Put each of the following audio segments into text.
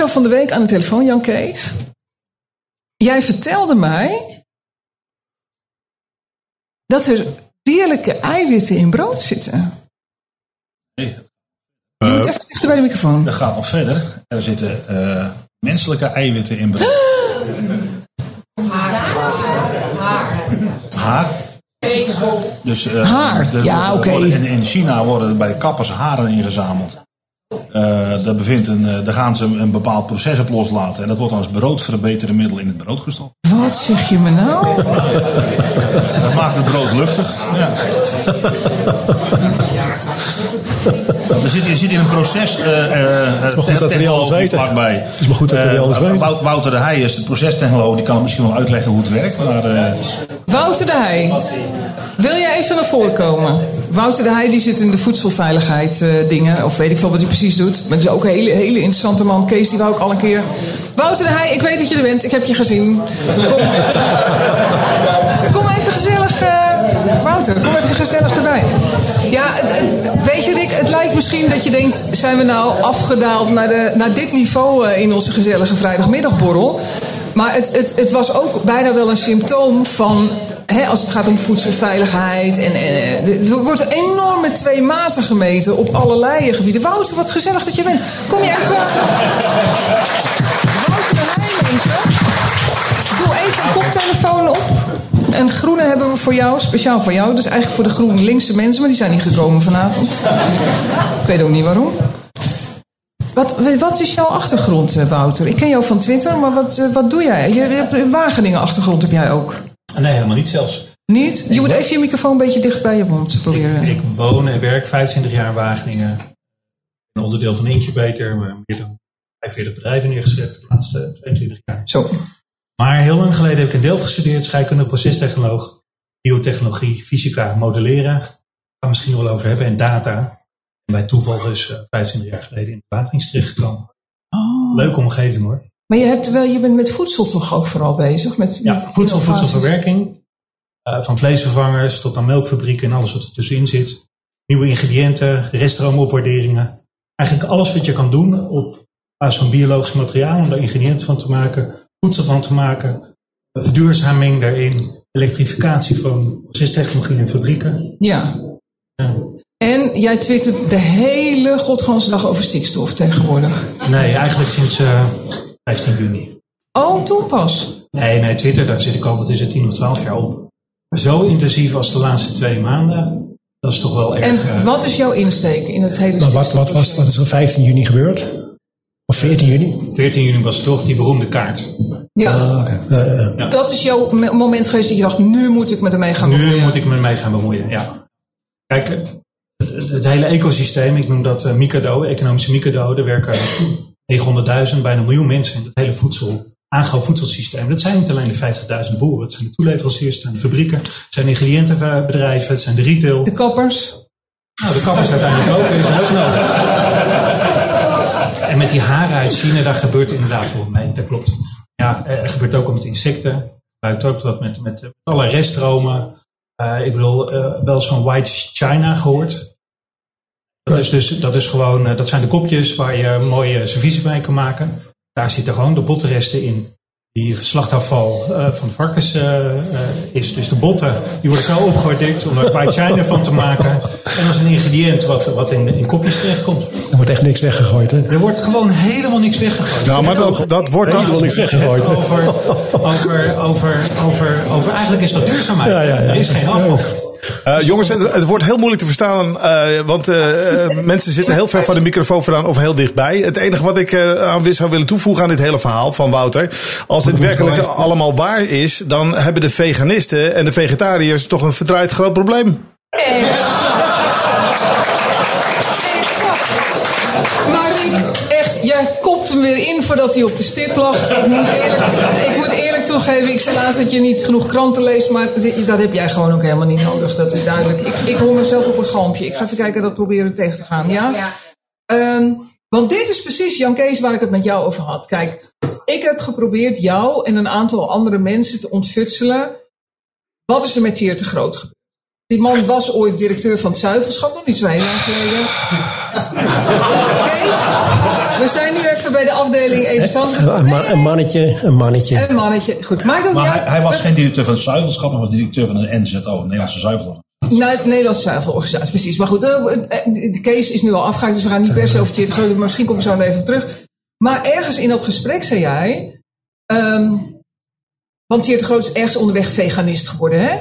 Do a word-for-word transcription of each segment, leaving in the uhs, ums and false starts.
van de week aan de telefoon, Jan Kees. Jij vertelde mij dat er dierlijke eiwitten in brood zitten. Nee. Je moet even dichter bij de microfoon. Dat gaat nog verder. Er zitten uh, menselijke eiwitten in brood. Haar. Haar. Dus, uh, haar, de, ja, oké. Okay. In, in China worden bij kappers haren ingezameld. Uh, daar, bevindt een, uh, daar gaan ze een bepaald proces op loslaten. En dat wordt dan als broodverbeterde middel in het brood gestopt. Wat zeg je me nou? Dat maakt het brood luchtig. Ja. Er zit, je zit in een proces. Uh, uh, het is maar goed dat we alles weten. Bij. Het is maar goed dat we alles uh, weten. Wouter de Heij is de procestechnoloog. Die kan het misschien wel uitleggen hoe het werkt. Maar, uh... Wouter de Heij, wil jij even naar voren komen? Wouter de Heij die zit in de voedselveiligheid uh, dingen. Of weet ik veel wat hij precies doet. Maar hij is ook een hele, hele interessante man. Kees, die wou ik al een keer. Wouter de Heij, ik weet dat je er bent. Ik heb je gezien. Kom, kom even gezellig. Uh, Wouter, kom even gezellig erbij. Ja, weet je Rick, het lijkt misschien dat je denkt... zijn we nou afgedaald naar, de, naar dit niveau uh, in onze gezellige vrijdagmiddagborrel? Maar het, het, het was ook bijna wel een symptoom van... Hè, als het gaat om voedselveiligheid. En, en, er wordt enorme twee maten gemeten op allerlei gebieden. Wouter, wat gezellig dat je bent. Kom je even... Wouter de Heij, mensen. Doe even een koptelefoon op. En groene hebben we voor jou, speciaal voor jou. Dat is eigenlijk voor de GroenLinkse mensen, maar die zijn niet gekomen vanavond. Ik weet ook niet waarom. Wat, wat is jouw achtergrond, Wouter? Ik ken jou van Twitter, maar wat, wat doe jij? Je, je hebt een Wageningen-achtergrond, heb jij ook? Nee, helemaal niet zelfs. Niet? Je moet even je microfoon een beetje dicht bij je mond proberen. Ik, ik woon en werk vijfentwintig jaar in Wageningen. Een onderdeel van Incubator, maar meer dan vijfenveertig bedrijven neergezet de laatste tweeëntwintig jaar. Zo. Maar heel lang geleden heb ik in Delft gestudeerd, scheikunde, procestechnoloog, biotechnologie, fysica, modelleren. Daar gaan we misschien nog wel over hebben. En data. En bij toeval is uh, vijfentwintig jaar geleden in de Wageningen terechtgekomen. Oh. Leuke omgeving hoor. Maar je, hebt wel, je bent met voedsel toch ook vooral bezig? Met, ja, met voedsel, voedselverwerking. Uh, van vleesvervangers tot aan melkfabrieken en alles wat er tussenin zit. Nieuwe ingrediënten, reststroomopwaarderingen. Eigenlijk alles wat je kan doen op basis van biologisch materiaal om daar ingrediënten van te maken. Voedsel van te maken. Verduurzaming daarin. Elektrificatie van procestechnologie in fabrieken. Ja. ja. En jij twittert de hele godganse dag over stikstof tegenwoordig. Nee, eigenlijk sinds uh, vijftien juni. Oh, toen pas? Nee, nee, Twitter, daar zit ik al, wat is het, tien of twaalf jaar op. Maar zo intensief als de laatste twee maanden, dat is toch wel erg... En wat is jouw insteek in het hele maar wat, wat, was, wat is er vijftien juni gebeurd? Of veertien juni? veertien juni was toch die beroemde kaart. Ja. Ah, okay. uh, uh. ja. Dat is jouw moment geweest dat je dacht, nu moet ik me ermee gaan bemoeien. Nu moet ik me ermee gaan bemoeien, ja. Kijk, het hele ecosysteem, ik noem dat uh, Mikado, economische Mikado. Er werken negenhonderdduizend, bijna een miljoen mensen in het hele voedsel, agro-voedselsysteem. Dat zijn niet alleen de vijftigduizend boeren, het zijn de toeleveranciers, het zijn de fabrieken, het zijn de ingrediëntenbedrijven, het zijn de retail. De kappers. Nou, de kappers uiteindelijk ook, die zijn ook nodig. En met die haren uit China, daar gebeurt inderdaad wel mee, dat klopt. Ja, er gebeurt ook met insecten, er gebeurt ook wat met, met, met alle reststromen. Uh, ik bedoel, uh, wel eens van White China gehoord. Dat is dus, dat is gewoon, uh, dat zijn de kopjes waar je mooie serviezen mee kan maken. Daar zitten gewoon de bottenresten in. Die slachtafval uh, van de varkens uh, uh, is. Dus de botten, die worden zo opgewaardeerd om er White China van te maken. En dat is een ingrediënt wat, wat in, in kopjes terechtkomt. Er wordt echt niks weggegooid, hè? Er wordt gewoon helemaal niks weggegooid. Nou, maar dat, dat wordt dan... Helemaal niks weggegooid. Over, over, over, over, over, eigenlijk is dat duurzaamheid. Ja, ja, ja. Er is geen afval. Uh, jongens, het, het wordt heel moeilijk te verstaan, uh, want uh, uh, mensen zitten heel ver van de microfoon vandaan of heel dichtbij. Het enige wat ik uh, aan zou willen toevoegen aan dit hele verhaal van Wouter, als dit werkelijk allemaal waar is, dan hebben de veganisten en de vegetariërs toch een verdraaid groot probleem. Nee. Maar Riek, echt, jij kopt hem weer in voordat hij op de stip lag. Ik moet eerlijk, ik moet eerlijk toegeven, ik zei laatst dat je niet genoeg kranten leest, maar dat heb jij gewoon ook helemaal niet nodig. Dat is duidelijk. Ik, ik hoor mezelf op een galmpje. Ik ga even kijken dat proberen tegen te gaan, ja? ja. Um, want dit is precies, Jan Kees, waar ik het met jou over had. Kijk, ik heb geprobeerd jou en een aantal andere mensen te ontfutselen. Wat is er met Thier te Groot gebeurd? Die man was ooit directeur van het zuivelschap, nog niet zo heel lang geleden. Kees, We zijn nu even bij de afdeling even Een, ma- een mannetje, een mannetje. Een mannetje. Goed, maakt ook Maar niet hij, uit. hij was geen directeur van het zuivelschap, hij was directeur van de N Z O, Nederlandse Zuivel. Nou, het Nederlandse zuivelorganisatie, precies. Maar goed, de case is nu al afgehaakt, dus we gaan niet per se over Tjeerd de Groot, maar misschien kom ik zo nog even op terug. Maar ergens in dat gesprek zei jij, um, want Tjeerd de Groot is ergens onderweg veganist geworden, hè?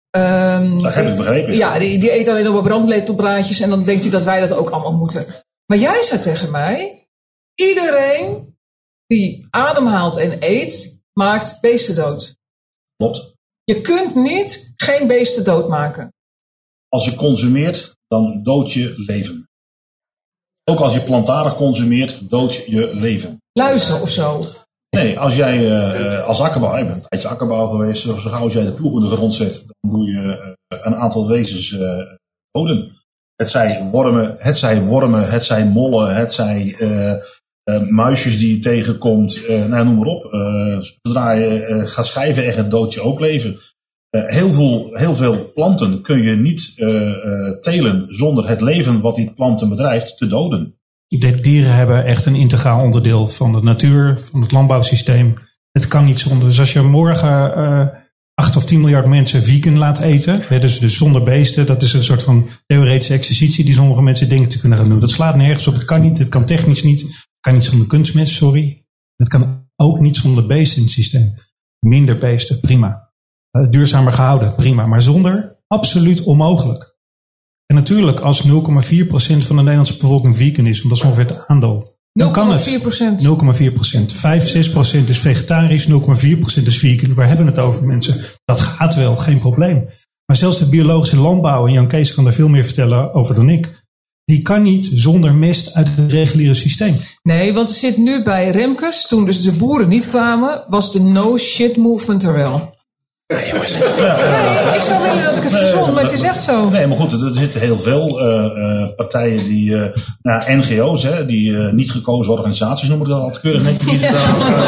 Um, Dat heb ik begrepen. Ja, die, die eet alleen nog maar brandlepelbraadjes en dan denkt hij dat wij dat ook allemaal moeten. Maar jij zei tegen mij, iedereen die ademhaalt en eet, maakt beesten dood. Klopt. Je kunt niet geen beesten doodmaken. Als je consumeert, dan dood je leven. Ook als je plantaardig consumeert, dood je leven. Luizen of zo. Nee, als jij uh, als akkerbouw, ik ben een tijdje akkerbouw geweest, zo gauw als jij de ploeg in de grond zet, dan doe je uh, een aantal wezens uh, doden. Het zij wormen, het zij wormen, het zij mollen, het zij uh, uh, muisjes die je tegenkomt, uh, nou noem maar op. Uh, zodra je uh, gaat schijven en dood je ook leven. Uh, heel, veel, heel veel planten kun je niet uh, uh, telen zonder het leven wat die planten bedrijft te doden. De dieren hebben echt een integraal onderdeel van de natuur, van het landbouwsysteem. Het kan niet zonder. Dus als je morgen uh, acht of tien miljard mensen vegan laat eten, hè, dus, dus zonder beesten, dat is een soort van theoretische exercitie die sommige mensen denken te kunnen gaan doen. Dat slaat nergens op. Het kan niet, het kan technisch niet. Het kan niet zonder kunstmest, sorry. Het kan ook niet zonder beesten in het systeem. Minder beesten, prima. Uh, duurzamer gehouden, prima. Maar zonder, absoluut onmogelijk. En natuurlijk, als nul komma vier procent van de Nederlandse bevolking vegan is, want dat is ongeveer het aandeel, dan kan het. nul komma vier procent. vijf, zes procent is vegetarisch, nul komma vier procent is vegan. Waar hebben we het over, mensen? Dat gaat wel, geen probleem. Maar zelfs de biologische landbouw, en Jan Kees kan daar veel meer vertellen over dan ik, die kan niet zonder mest uit het reguliere systeem. Nee, want er zit nu bij Remkes, toen dus de boeren niet kwamen, was de no shit movement er wel. Nee, jongens. Ja, ja. Ik zou willen dat ik het verzon, maar het is echt zo. Nee, maar goed, er zitten heel veel uh, uh, partijen die, uh, nou, N G O's, hè, die uh, niet gekozen organisaties noemen dat altijd keurig netjes. Ja.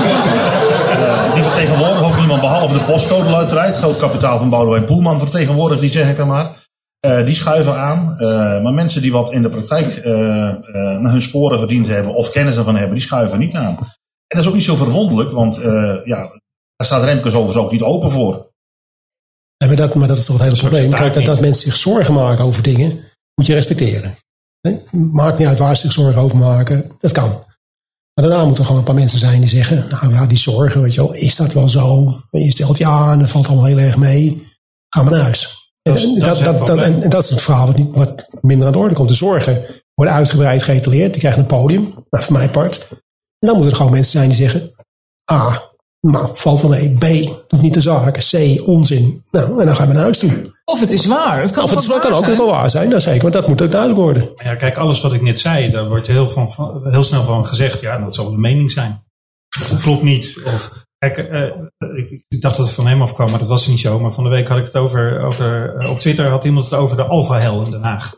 Uh, die vertegenwoordigen ook niemand behalve de postcode loterij, het groot kapitaal van Boudewijn Poelman vertegenwoordigt, die zeg ik dan maar. Uh, die schuiven aan, uh, maar mensen die wat in de praktijk uh, uh, hun sporen verdiend hebben of kennis ervan hebben, die schuiven niet aan. En dat is ook niet zo verwonderlijk, want uh, ja, daar staat Remkes overigens ook niet open voor. Ja, maar, dat, maar dat is toch het hele probleem. Kijk, dat, dat mensen zich zorgen maken over dingen, moet je respecteren. Nee? Maakt niet uit waar ze zich zorgen over maken. Dat kan. Maar daarna moeten er gewoon een paar mensen zijn die zeggen, nou ja, die zorgen, weet je wel, is dat wel zo? En je stelt ja, en dat valt allemaal heel erg mee. Ga maar naar huis. En dat, dat, dat, dat, en, en dat is het verhaal wat, niet, wat minder aan de orde komt. De zorgen worden uitgebreid geëtaleerd. Die krijgen een podium, nou, voor mij part. En dan moeten er gewoon mensen zijn die zeggen, ah, nou, valt wel mee. B, doet niet de zaken. C, onzin. Nou, en dan gaan we naar huis toe. Of het is waar. Het kan of het waar kan ook zijn. wel waar zijn. Nou, zeker, want dat moet ook duidelijk worden. Maar ja, kijk, alles wat ik net zei, daar wordt heel, van, heel snel van gezegd. Ja, dat zal de mening zijn. Of dat klopt niet. Of, kijk, uh, ik, ik dacht dat het van hem afkwam, maar dat was niet zo. Maar van de week had ik het over, over uh, op Twitter had iemand het over de Alpha-hel in Den Haag.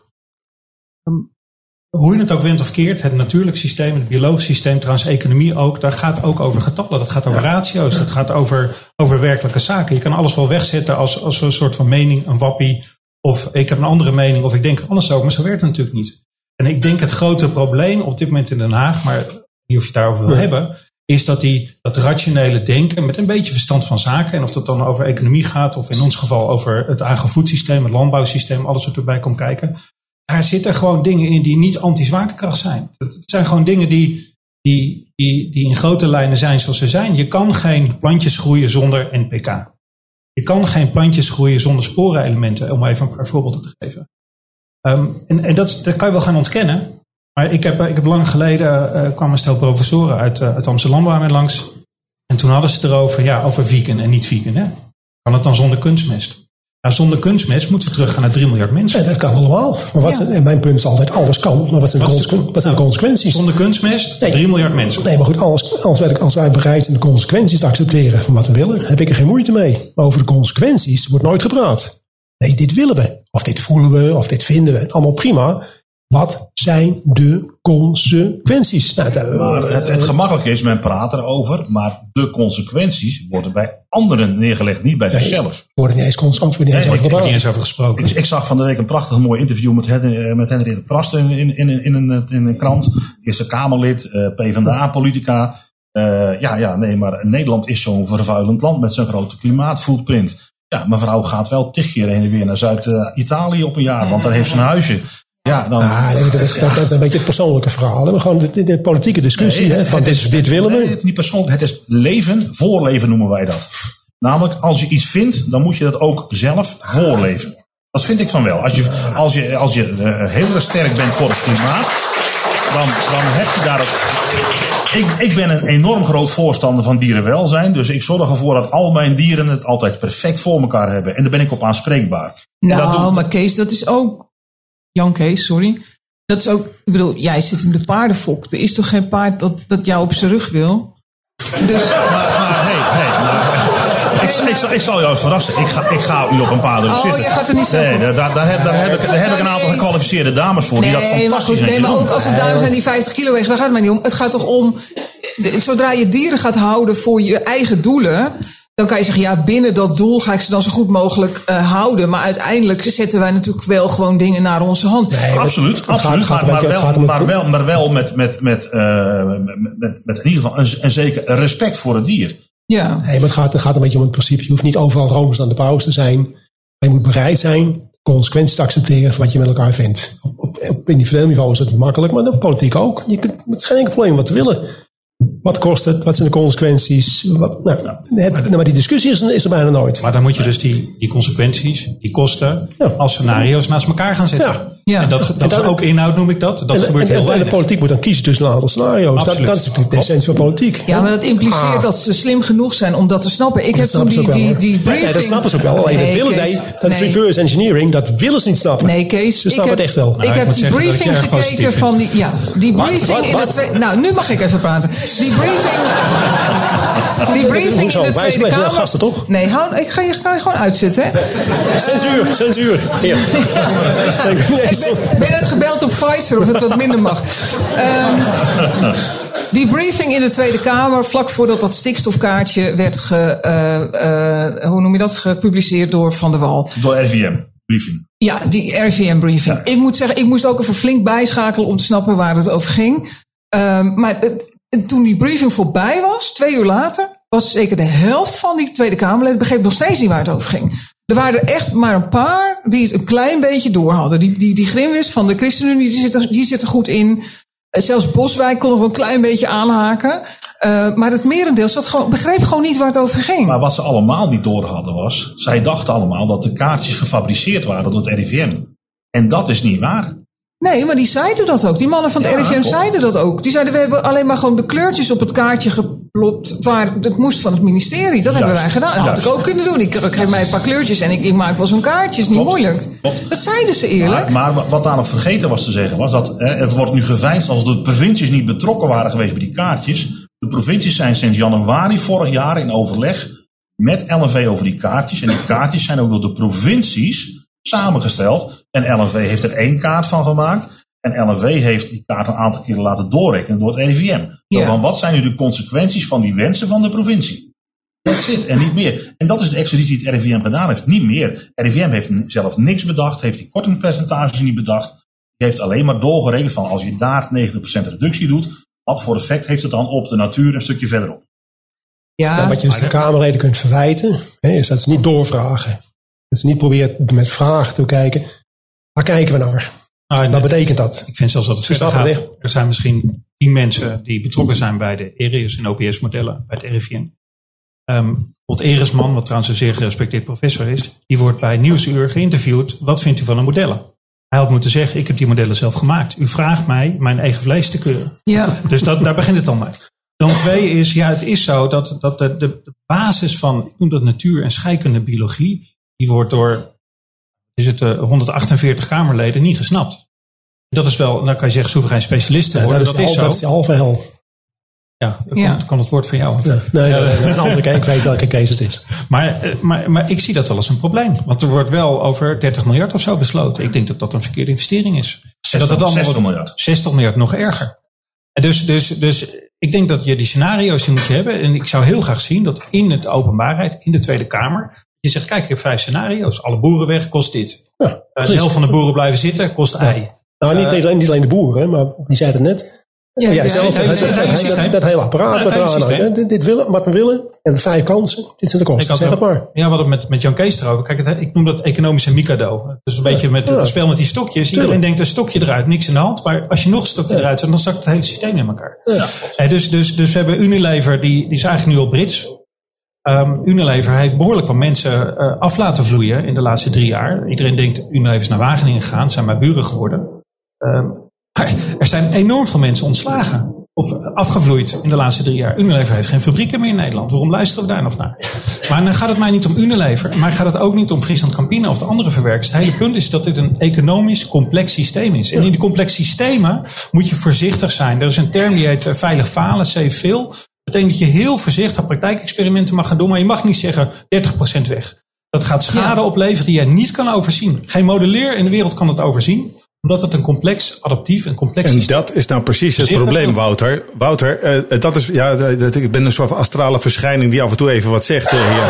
Um, Hoe je het ook went of keert, het natuurlijk systeem, het biologisch systeem, trouwens economie ook, daar gaat ook over getallen. Dat gaat over ratio's, dat gaat over, over werkelijke zaken. Je kan alles wel wegzetten als, als een soort van mening, een wappie, of ik heb een andere mening, of ik denk anders zo, maar zo werkt het natuurlijk niet. En ik denk het grote probleem op dit moment in Den Haag, maar niet of je het daarover wil hebben, is dat die, dat rationele denken met een beetje verstand van zaken, en of dat dan over economie gaat, of in ons geval over het agri-foodsysteem, het landbouwsysteem, alles wat erbij komt kijken. Daar zitten gewoon dingen in die niet anti-zwaartekracht zijn. Het zijn gewoon dingen die, die, die, die in grote lijnen zijn zoals ze zijn. Je kan geen plantjes groeien zonder N P K. Je kan geen plantjes groeien zonder sporenelementen, om even een paar voorbeelden te geven. Um, en en dat, dat kan je wel gaan ontkennen. Maar ik heb, ik heb lang geleden, uh, kwam een stel professoren uit, uh, uit Amsterdam bij mij langs. En toen hadden ze het erover, ja, over vegan en niet vegan. Hè? Kan het dan zonder kunstmest? Nou, zonder kunstmest moeten we teruggaan naar drie miljard mensen. Ja, dat kan allemaal. Maar wat, ja. En mijn punt is altijd, alles kan. Maar wat zijn, wat de, consequ- wat zijn nou, de consequenties? Zonder kunstmest, nee. drie miljard mensen. Nee, maar goed, alles, als, wij, als wij bereid zijn de consequenties te accepteren van wat we willen, heb ik er geen moeite mee. Maar over de consequenties wordt nooit gepraat. Nee, dit willen we. Of dit voelen we, of dit vinden we. Allemaal prima. Wat zijn de consequenties? Nou, dat, maar het, het gemakkelijke is, men praat erover, maar de consequenties worden bij anderen neergelegd, niet bij zichzelf. Er wordt niet eens constant voor niet eens nee, over niet eens over gesproken. Ik, ik zag van de week een prachtig mooi interview met, Hen, met Henriette Praster in, in, in, in, een, in een krant. Eerste Kamerlid, uh, PvdA-politica. Uh, ja, ja, nee, maar Nederland is zo'n vervuilend land met zijn grote klimaatfootprint. Ja, mevrouw gaat wel tig keer heen en weer naar Zuid-Italië op een jaar, want daar heeft ze een huisje. Ja, dan, ah, dat, dat, dat, dat is een beetje het persoonlijke verhaal. Maar gewoon de, de politieke discussie. Nee, hè, van dit, is, dit willen we. Nee, het is niet persoonlijk. Het is leven, voorleven noemen wij dat. Namelijk, als je iets vindt, dan moet je dat ook zelf voorleven. Dat vind ik van wel. Als je, als je, als je uh, heel erg sterk bent voor het klimaat, dan, dan heb je daar ook... Ik, ik ben een enorm groot voorstander van dierenwelzijn. Dus ik zorg ervoor dat al mijn dieren het altijd perfect voor elkaar hebben. En daar ben ik op aanspreekbaar. Nou, doe... maar Kees, dat is ook... Jan Kees, sorry. Dat is ook... Ik bedoel, jij zit in de paardenfok. Er is toch geen paard dat, dat jou op zijn rug wil? Dus... Maar, maar hey, hey, maar, ik, ik, ik, ik zal jou verrassen. Ik ga, ik ga u op een paardenrug oh, zitten. Oh, jij gaat er niet zelf Nee, daar, daar, daar, heb, daar, heb ik, daar heb ik een aantal gekwalificeerde dames voor. Nee, die dat fantastisch maar goed, nee, maar ook doen. als het dames zijn die vijftig kilo wegen, daar gaat het maar niet om. Het gaat toch om... Zodra je dieren gaat houden voor je eigen doelen... Dan kan je zeggen, ja, binnen dat doel ga ik ze dan zo goed mogelijk uh, houden. Maar uiteindelijk zetten wij natuurlijk wel gewoon dingen naar onze hand. Nee, absoluut, het, absoluut. Het gaat, maar, maar, wel, maar, wel, maar wel met, met, met, uh, met, met, met in ieder geval een, een zeker respect voor het dier. Ja. Nee, maar het gaat, het gaat een beetje om het principe. Je hoeft niet overal romers aan de paus te zijn. Je moet bereid zijn consequenties te accepteren van wat je met elkaar vindt. Op, op, op individueel niveau is het makkelijk, maar de politiek ook. Je kunt, het is geen enkel probleem wat te willen. Wat kost het? Wat zijn de consequenties? Wat, nou, het, nou, maar die discussie is, is er bijna nooit. Maar dan moet je dus die, die consequenties, die kosten, ja. als scenario's naast elkaar gaan zetten. Ja. Ja. En dat, dat en dan, is ook inhoud, noem ik dat. Dat en, gebeurt en, heel en, weinig. En de politiek moet dan kiezen tussen een aantal scenario's. Dat, dat is natuurlijk de essentie van politiek. Ja, maar dat impliceert ah. dat ze slim genoeg zijn om dat te snappen. Ik dat heb toen die, die, die, die briefing... Nee, dat snappen ze ook wel. Alleen nee, dat willen nee, dat nee. is reverse engineering. Dat willen ze niet snappen. Nee, Kees. Ze snappen het echt wel. Ik heb die briefing gekeken van die... Ja, die briefing in de tweede... Nou, nu mag ik even praten. Die briefing... Die briefing in de Tweede Kamer... gasten, toch? Nee, hou, ik ga je, ga je gewoon uitzetten. Censuur, censuur. Ja. Ik ben net gebeld op Pfizer of het wat minder mag. Um, die briefing in de Tweede Kamer, vlak voordat dat stikstofkaartje werd ge, uh, uh, hoe noem je dat, gepubliceerd door Van der Wal. Door R V M. Briefing. Ja, die R V M-briefing. Ja. Ik moet zeggen, ik moest ook even flink bijschakelen om te snappen waar het over ging. Um, maar uh, toen die briefing voorbij was, twee uur later, was zeker de helft van die Tweede Kamerleden begreep nog steeds niet waar het over ging. Er waren er echt maar een paar die het een klein beetje door hadden. Die, die, die Grimwis van de ChristenUnie, die zit, er, die zit er goed in. Zelfs Boswijk kon nog wel een klein beetje aanhaken. Uh, maar het merendeel zat gewoon, begreep gewoon niet waar het over ging. Maar wat ze allemaal niet door hadden was... zij dachten allemaal dat de kaartjes gefabriceerd waren door het R I V M. En dat is niet waar. Nee, maar die zeiden dat ook. Die mannen van het ja, R I V M klopt. zeiden dat ook. Die zeiden, we hebben alleen maar gewoon de kleurtjes op het kaartje geplopt... waar het moest van het ministerie. Dat Juist. hebben wij gedaan. Dat Juist. had ik ook kunnen doen. Ik, ik geef mij een paar kleurtjes en ik, ik maak wel zo'n kaartje. Is niet klopt. moeilijk. Klopt. Dat zeiden ze eerlijk. Maar, maar wat daar nog vergeten was te zeggen was... dat hè, het wordt nu geveinsd als de provincies niet betrokken waren geweest bij die kaartjes. De provincies zijn sinds januari vorig jaar in overleg met L N V over die kaartjes. En die kaartjes zijn ook door de provincies samengesteld. En L N V heeft er één kaart van gemaakt... En L N V heeft die kaart een aantal keren laten doorrekenen door het R I V M. Zo ja. van, wat zijn nu de consequenties van die wensen van de provincie? Dat zit en niet meer. En dat is de exercitie die het R I V M gedaan heeft. Niet meer. R I V M heeft zelf niks bedacht. Heeft die kortingpercentages niet bedacht. Die heeft alleen maar doorgerekend van als je daar negentig procent reductie doet. Wat voor effect heeft het dan op de natuur een stukje verderop? Ja. Ja, wat je dus de Kamerleden kunt verwijten. Hè, is dat ze niet doorvragen. Dat ze niet proberen met vragen te kijken. Waar kijken we naar? Nou, wat betekent dat? Ik vind zelfs dat het verder gaat. Er zijn misschien tien mensen die betrokken zijn bij de E R I S en O P S-modellen bij het R I V M. Um, Bot Eresman, wat trouwens een zeer gerespecteerd professor is, die wordt bij Nieuwsuur geïnterviewd. Wat vindt u van de modellen? Hij had moeten zeggen, ik heb die modellen zelf gemaakt. U vraagt mij mijn eigen vlees te keuren. Ja. Dus dat, daar begint het al mee. Dan twee is, ja, het is zo dat, dat de, de, de basis van, ik noem dat natuur- en scheikunde biologie, die wordt door is het uh, honderdachtenveertig Kamerleden niet gesnapt. Dat is wel, nou kan je zeggen, ze hoeven geen specialisten te worden. Ja, dat, dat is, al, dat is de halve hel. Ja, dat ja. Kan, kan het woord van jou. Ja, nee, nee, nee, een andere keer, ik weet welke case het is. Maar, maar, maar ik zie dat wel als een probleem. Want er wordt wel over dertig miljard of zo besloten. Ik denk dat dat een verkeerde investering is. En dat het allemaal zestig miljard. zestig miljard nog erger. En dus, dus, dus ik denk dat je die scenario's die moet je hebben. En ik zou heel graag zien dat in de openbaarheid, in de Tweede Kamer, je zegt, kijk, ik heb vijf scenario's. Alle boeren weg, kost dit. Ja, uh, de helft van de boeren blijven zitten, kost ja. ei. Nou, niet, uh, alleen, niet alleen de boeren, maar wie zei het net? Ja, jij ja, zelf, het, het, het, het, dat, dat, dat hele apparaat wat eraan hangt. Dit, dit willen, wat we willen, we hebben vijf kansen. Dit zijn de kosten, zeg het maar. Ja, we hadden met, met Jan Kees erover. Kijk, het, ik noem dat economische mikado. Dus een ja, beetje met ja. het spel met die stokjes. Iedereen Tuurlijk. denkt, een stokje eruit, niks in de hand. Maar als je nog een stokje ja. eruit zet, dan zakt het hele systeem in elkaar. Ja. En dus, dus, dus we hebben Unilever, die, die is eigenlijk nu al Brits. Um, Unilever heeft behoorlijk wat mensen uh, af laten vloeien in de laatste drie jaar. Iedereen denkt, Unilever is naar Wageningen gegaan. Zijn maar buren geworden. Um, maar er zijn enorm veel mensen ontslagen. Of afgevloeid in de laatste drie jaar. Unilever heeft geen fabrieken meer in Nederland. Waarom luisteren we daar nog naar? Maar dan gaat het mij niet om Unilever. Maar gaat het ook niet om Friesland Campina of de andere verwerkers. Het hele punt is dat dit een economisch complex systeem is. En in die complexe systemen moet je voorzichtig zijn. Er is een term die heet uh, veilig falen, safe fail. Dat betekent dat je heel voorzichtig praktijkexperimenten mag gaan doen. Maar je mag niet zeggen dertig procent weg. Dat gaat schade ja. opleveren die je niet kan overzien. Geen modelleer in de wereld kan het overzien. Omdat het een complex, adaptief en complex en systeem is. En dat is nou precies het probleem, Wouter. Wouter, uh, dat is, ja, dat, ik ben een soort astrale verschijning die af en toe even wat zegt uh, hier.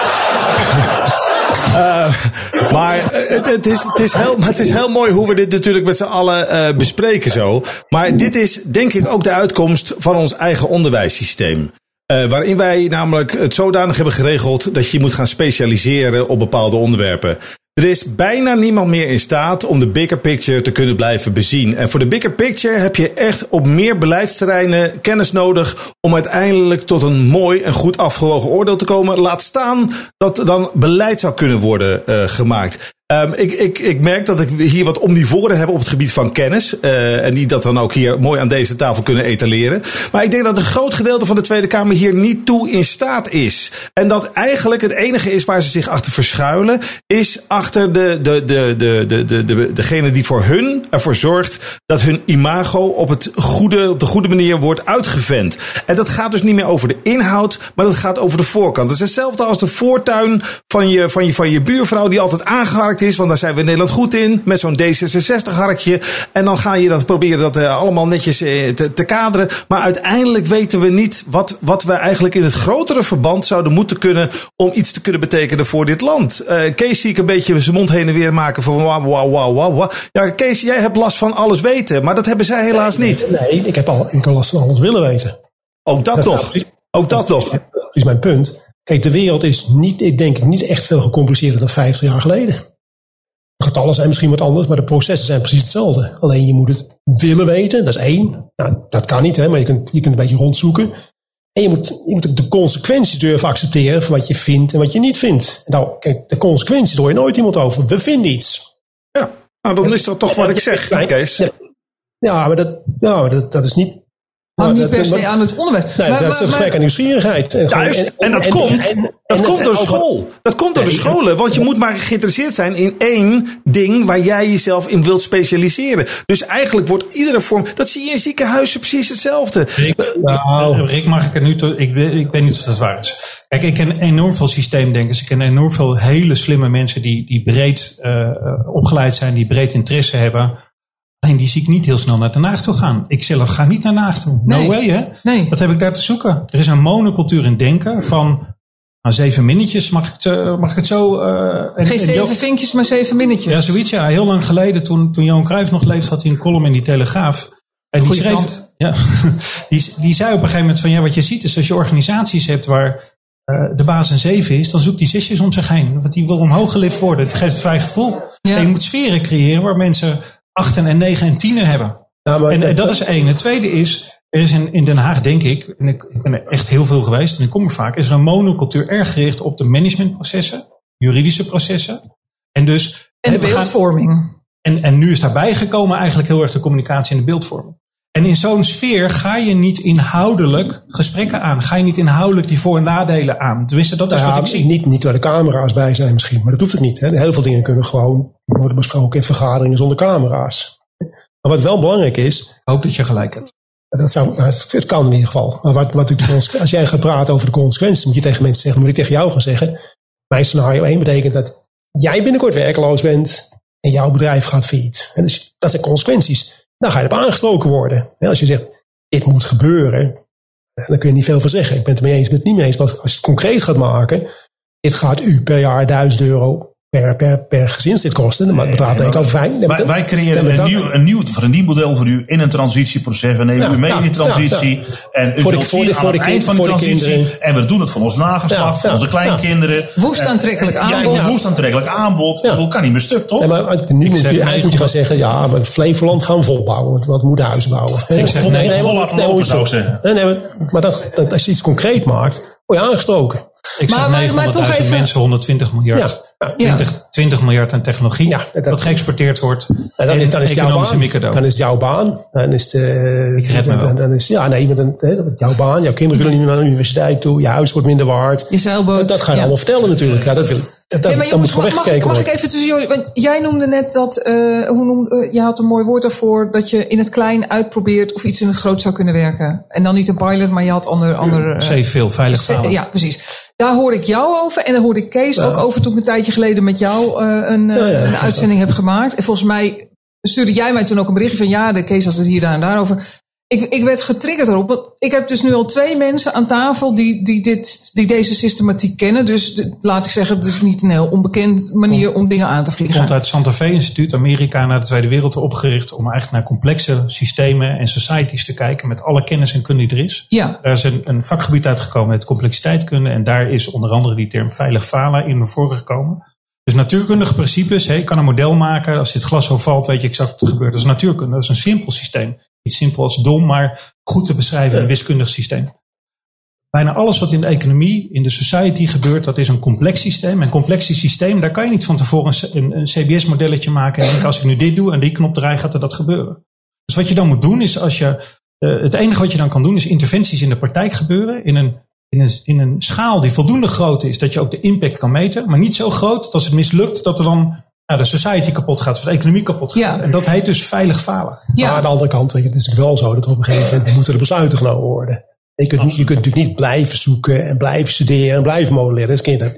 uh, maar het, het, is, het, is heel, het is heel mooi hoe we dit natuurlijk met z'n allen uh, bespreken zo. Maar dit is denk ik ook de uitkomst van ons eigen onderwijssysteem. Uh, waarin wij namelijk het zodanig hebben geregeld dat je moet gaan specialiseren op bepaalde onderwerpen. Er is bijna niemand meer in staat om de bigger picture te kunnen blijven bezien. En voor de bigger picture heb je echt op meer beleidsterreinen kennis nodig om uiteindelijk tot een mooi en goed afgewogen oordeel te komen. Laat staan dat dan beleid zou kunnen worden uh, gemaakt. Um, ik, ik, ik merk dat ik hier wat omnivoren heb op het gebied van kennis. Uh, en die dat dan ook hier mooi aan deze tafel kunnen etaleren. Maar ik denk dat een groot gedeelte van de Tweede Kamer hier niet toe in staat is. En dat eigenlijk het enige is waar ze zich achter verschuilen, is achter de, de, de, de, de, de, de, degene die voor hun ervoor zorgt dat hun imago op, het goede, op de goede manier wordt uitgevent. En dat gaat dus niet meer over de inhoud, maar dat gaat over de voorkant. Het is hetzelfde als de voortuin van je, van je, van je buurvrouw die altijd aangeharkt is, want daar zijn we in Nederland goed in, met zo'n D zesenzestig harkje. En dan ga je dat proberen dat uh, allemaal netjes uh, te, te kaderen. Maar uiteindelijk weten we niet wat, wat we eigenlijk in het grotere verband zouden moeten kunnen om iets te kunnen betekenen voor dit land. Uh, Kees zie ik een beetje zijn mond heen en weer maken van wauw, wauw, wauw, wauw. Ja, Kees, jij hebt last van alles weten, maar dat hebben zij helaas niet. Nee, ik heb, al, ik heb last van alles willen weten. Ook dat, dat nog. Nou, Ook dat, dat nog. Dat is mijn punt. Kijk, de wereld is niet, ik denk niet echt veel gecompliceerder dan vijftig jaar geleden. De getallen zijn misschien wat anders, maar de processen zijn precies hetzelfde. Alleen je moet het willen weten, dat is één. Nou, dat kan niet, hè, maar je kunt, je kunt een beetje rondzoeken. En je moet, je moet ook de consequenties durven accepteren van wat je vindt en wat je niet vindt. Nou, kijk, de consequenties hoor je nooit iemand over. We vinden iets. Ja, nou dan is dat toch wat ik zeg, Kees. Ja, ja, maar dat, ja, maar dat, dat is niet... Hou niet per se aan het onderwijs. Nee, maar, dat is het gebrek aan nieuwsgierigheid. En, Juist, en, en, en dat en, komt, en, en, dat en, komt door school. Dat komt door de scholen, want je moet maar geïnteresseerd zijn in één ding waar jij jezelf in wilt specialiseren. Dus eigenlijk wordt iedere vorm, dat zie je in ziekenhuizen precies hetzelfde. Rick, nou. Rick mag ik er nu, to, ik, ik weet niet of dat waar is. Kijk, ik ken enorm veel systeemdenkers. Ik ken enorm veel hele slimme mensen die, die breed uh, opgeleid zijn, die breed interesse hebben. Alleen die zie ik niet heel snel naar Den Haag toe gaan. Ik zelf ga niet naar Den Haag toe. No nee. way, hè? Nee. Wat heb ik daar te zoeken? Er is een monocultuur in denken van nou, zeven minnetjes. Mag ik het, uh, mag ik het zo... Uh, Geen en, zeven en vinkjes, maar zeven minnetjes. Ja, zoiets. Ja. Heel lang geleden, toen, toen Johan Cruijff nog leefde, had hij een column in die Telegraaf. En die schreef... Ja, die, die zei op een gegeven moment van... Ja, wat je ziet is als je organisaties hebt waar uh, de baas een zeven is, dan zoekt die zesjes om zich heen. Want die wil omhoog gelift worden. Dat geeft een vrij gevoel. Ja. En je moet sferen creëren waar mensen... achten en negen en tienen hebben. Ja, maar, en, en dat is één. Het tweede is, er is in, in Den Haag denk ik, en ik, ik ben er echt heel veel geweest, en ik kom er vaak, is er een monocultuur erg gericht op de managementprocessen, juridische processen. En dus... En de beeldvorming. Gaan, en, en nu is daarbij gekomen eigenlijk heel erg de communicatie en de beeldvorming. En in zo'n sfeer ga je niet inhoudelijk gesprekken aan. Ga je niet inhoudelijk die voor- en nadelen aan. Tenminste, dat is ja, wat ik zie. Niet, niet waar de camera's bij zijn misschien, maar dat hoeft het niet. Hè. Heel veel dingen kunnen gewoon worden besproken in vergaderingen zonder camera's. Maar wat wel belangrijk is... Ik hoop dat je gelijk hebt. Dat zou, nou, het, het kan in ieder geval. Maar wat, wat, als jij gaat praten over de consequenties, moet je tegen mensen zeggen, moet ik tegen jou gaan zeggen. Mijn scenario één betekent dat jij binnenkort werkeloos bent. en jouw bedrijf gaat failliet. En dus dat zijn consequenties. Dan ga je erop aangesproken worden. En als je zegt, dit moet gebeuren, dan kun je niet veel van zeggen. Ik ben het ermee eens, ik ben het niet mee eens. Maar als je het concreet gaat maken, dit gaat u per jaar duizend euro per, per, per gezinslid kosten. Maar het betaalt denk ik over fijn. Wij, wij creëren een nieuw, een nieuw verdienmodel voor u in een transitieproces. We nemen ja, u mee ja, in die transitie. Ja, ja. En u zult zien aan het eind van de transitie. En we doen het voor ons nageslacht, ja, voor ja, onze kleinkinderen. Ja. Woest aantrekkelijk aanbod. Ja, woest aantrekkelijk aanbod. Ja. Dat kan niet meer stuk, toch? Ja, maar nu moet je, moet je gaan zeggen, ja, maar Flevoland gaan we volbouwen. Want we moeten huizen bouwen. Ik zeg, nee, nee, vol laten lopen, zou ik zeggen. Nee, nee, maar dat, dat, als je iets concreet maakt, word je aangesproken. Ik zeg negenhonderdduizend even... mensen, honderdtwintig miljard. Ja, ja. twintig, twintig miljard aan technologie, ja, dat, dat geëxporteerd wordt. Ja, dan, is, dan, is het jouw baan, dan is het jouw baan. Dan is het, uh, ik red me wel. Dan, dan is, ja, nee, maar dan, hè, jouw baan. Jouw kinderen kunnen niet meer naar de universiteit toe. Je huis wordt minder waard. Je zeilboot. Dat ga je ja. allemaal vertellen natuurlijk. Ja, dat wil Dat, dat, ja, maar jongens, mag, mag, mag ik even tussen jullie... Want jij noemde net dat... Uh, hoe noemde, uh, je had een mooi woord daarvoor... dat je in het klein uitprobeert... of iets in het groot zou kunnen werken. En dan niet een pilot, maar je had ander... ander uh, Safe veel, veilig falen. Ja, precies. Daar hoorde ik jou over. En daar hoorde ik Kees ja. ook over... toen ik een tijdje geleden met jou uh, een, uh, ja, ja, een uitzending heb gemaakt. En volgens mij stuurde jij mij toen ook een berichtje van... ja, de Kees had het hier, daar en daarover... Ik, ik werd getriggerd erop. Want ik heb dus nu al twee mensen aan tafel die, die, dit, die deze systematiek kennen. Dus de, laat ik zeggen, het is niet een heel onbekend manier om dingen aan te vliegen. Komt uit het Santa Fe Instituut, Amerika, na de Tweede Wereldoorlog opgericht. Om eigenlijk naar complexe systemen en societies te kijken. Met alle kennis en kunde die er is. Ja. Daar is een, een vakgebied uitgekomen met complexiteitskunde. En daar is onder andere die term veilig falen in naar voren gekomen. Dus natuurkundige principes. He, je kan een model maken. Als dit glas zo valt, weet je exact wat er gebeurt. Dat is natuurkunde. Dat is een simpel systeem. Niet simpel als dom, maar goed te beschrijven in een wiskundig systeem. Bijna alles wat in de economie, in de society gebeurt, dat is een complex systeem. Een complex systeem, daar kan je niet van tevoren een, een C B S-modelletje maken. En denken, als ik nu dit doe en die knop draai, gaat er dat gebeuren. Dus wat je dan moet doen, is als je... Uh, het enige wat je dan kan doen, is interventies in de praktijk gebeuren. In een, in, een, in een schaal die voldoende groot is, dat je ook de impact kan meten. Maar niet zo groot dat als het mislukt, dat er dan... Nou, de society kapot gaat, of de economie kapot gaat. Ja. En dat heet dus veilig falen. Ja. Maar aan de andere kant, weet je, het is natuurlijk wel zo dat er op een gegeven moment moeten er besluiten genomen worden. Je kunt, niet, je kunt natuurlijk niet blijven zoeken en blijven studeren en blijven modelleren. Dus dat,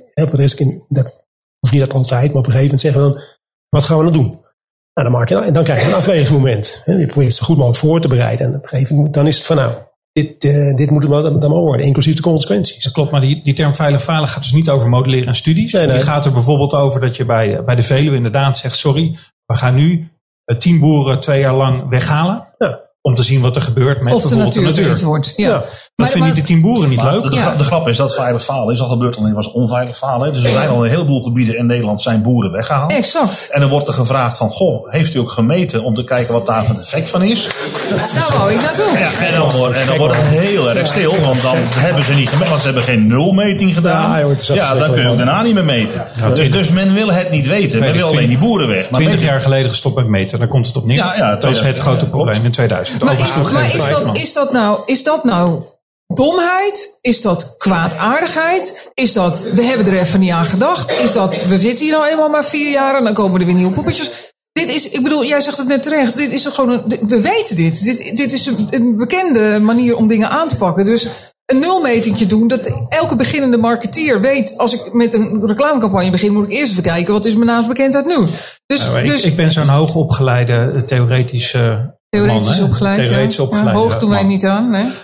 dat hoeft niet dat altijd, maar op een gegeven moment zeggen we dan, wat gaan we dan doen? Nou, dan, maak je, en dan krijg je een afwegingsmoment. Je probeert het zo goed mogelijk voor te bereiden. En op een gegeven moment dan is het van nou, dit, uh, dit moet het dan maar worden, inclusief de consequenties. Dat klopt, maar die, die term veilig falen gaat dus niet over modelleren en studies. Nee, nee. Die gaat er bijvoorbeeld over dat je bij, bij de Veluwe inderdaad zegt, sorry, we gaan nu uh, tien boeren twee jaar lang weghalen. Ja. Om te zien wat er gebeurt met of bijvoorbeeld de natuur. Of de natuur wordt, ja. ja. Dat vinden die tien boeren niet maar leuk. De, de, ja. de grap is dat veilig falen is al gebeurd, alleen was onveilig falen. Dus er zijn al een heleboel gebieden in Nederland zijn boeren weggehaald. Exact. En dan wordt er gevraagd van, goh, heeft u ook gemeten om te kijken wat daar van effect van is? Nou, wou ik naartoe. Ja, en dan wordt, en dan wordt het heel erg stil, want dan hebben ze niet gemeten, want ze hebben geen nulmeting gedaan. Ja, joh, ja dan kun je ook daarna niet meer meten. Ja, dus, dus men wil het niet weten. Men wil alleen die boeren weg. Maar twintig jaar geleden gestopt met meten, daar komt het op neer. Ja, ja, dat is het grote probleem in tweeduizend. Maar, is, maar is, dat, is dat nou, is dat nou domheid? Is dat kwaadaardigheid? Is dat, we hebben er even niet aan gedacht? Is dat, we zitten hier nou eenmaal maar vier jaar en dan komen er weer nieuwe poppetjes? Dit is, ik bedoel, jij zegt het net terecht, dit is gewoon een, we weten dit. Dit, dit is een, een bekende manier om dingen aan te pakken. Dus een nulmetingje doen, dat elke beginnende marketeer weet, als ik met een reclamecampagne begin, moet ik eerst even kijken, wat is mijn naamsbekendheid nu? Dus, nou, ik, dus, ik ben zo'n hoogopgeleide, theoretische Theoretisch man, opgeleid, Theoretisch ja. opgeleide ja, hoog doen wij man. niet aan, nee.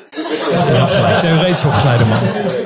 Ja, theoretisch opgeleide man.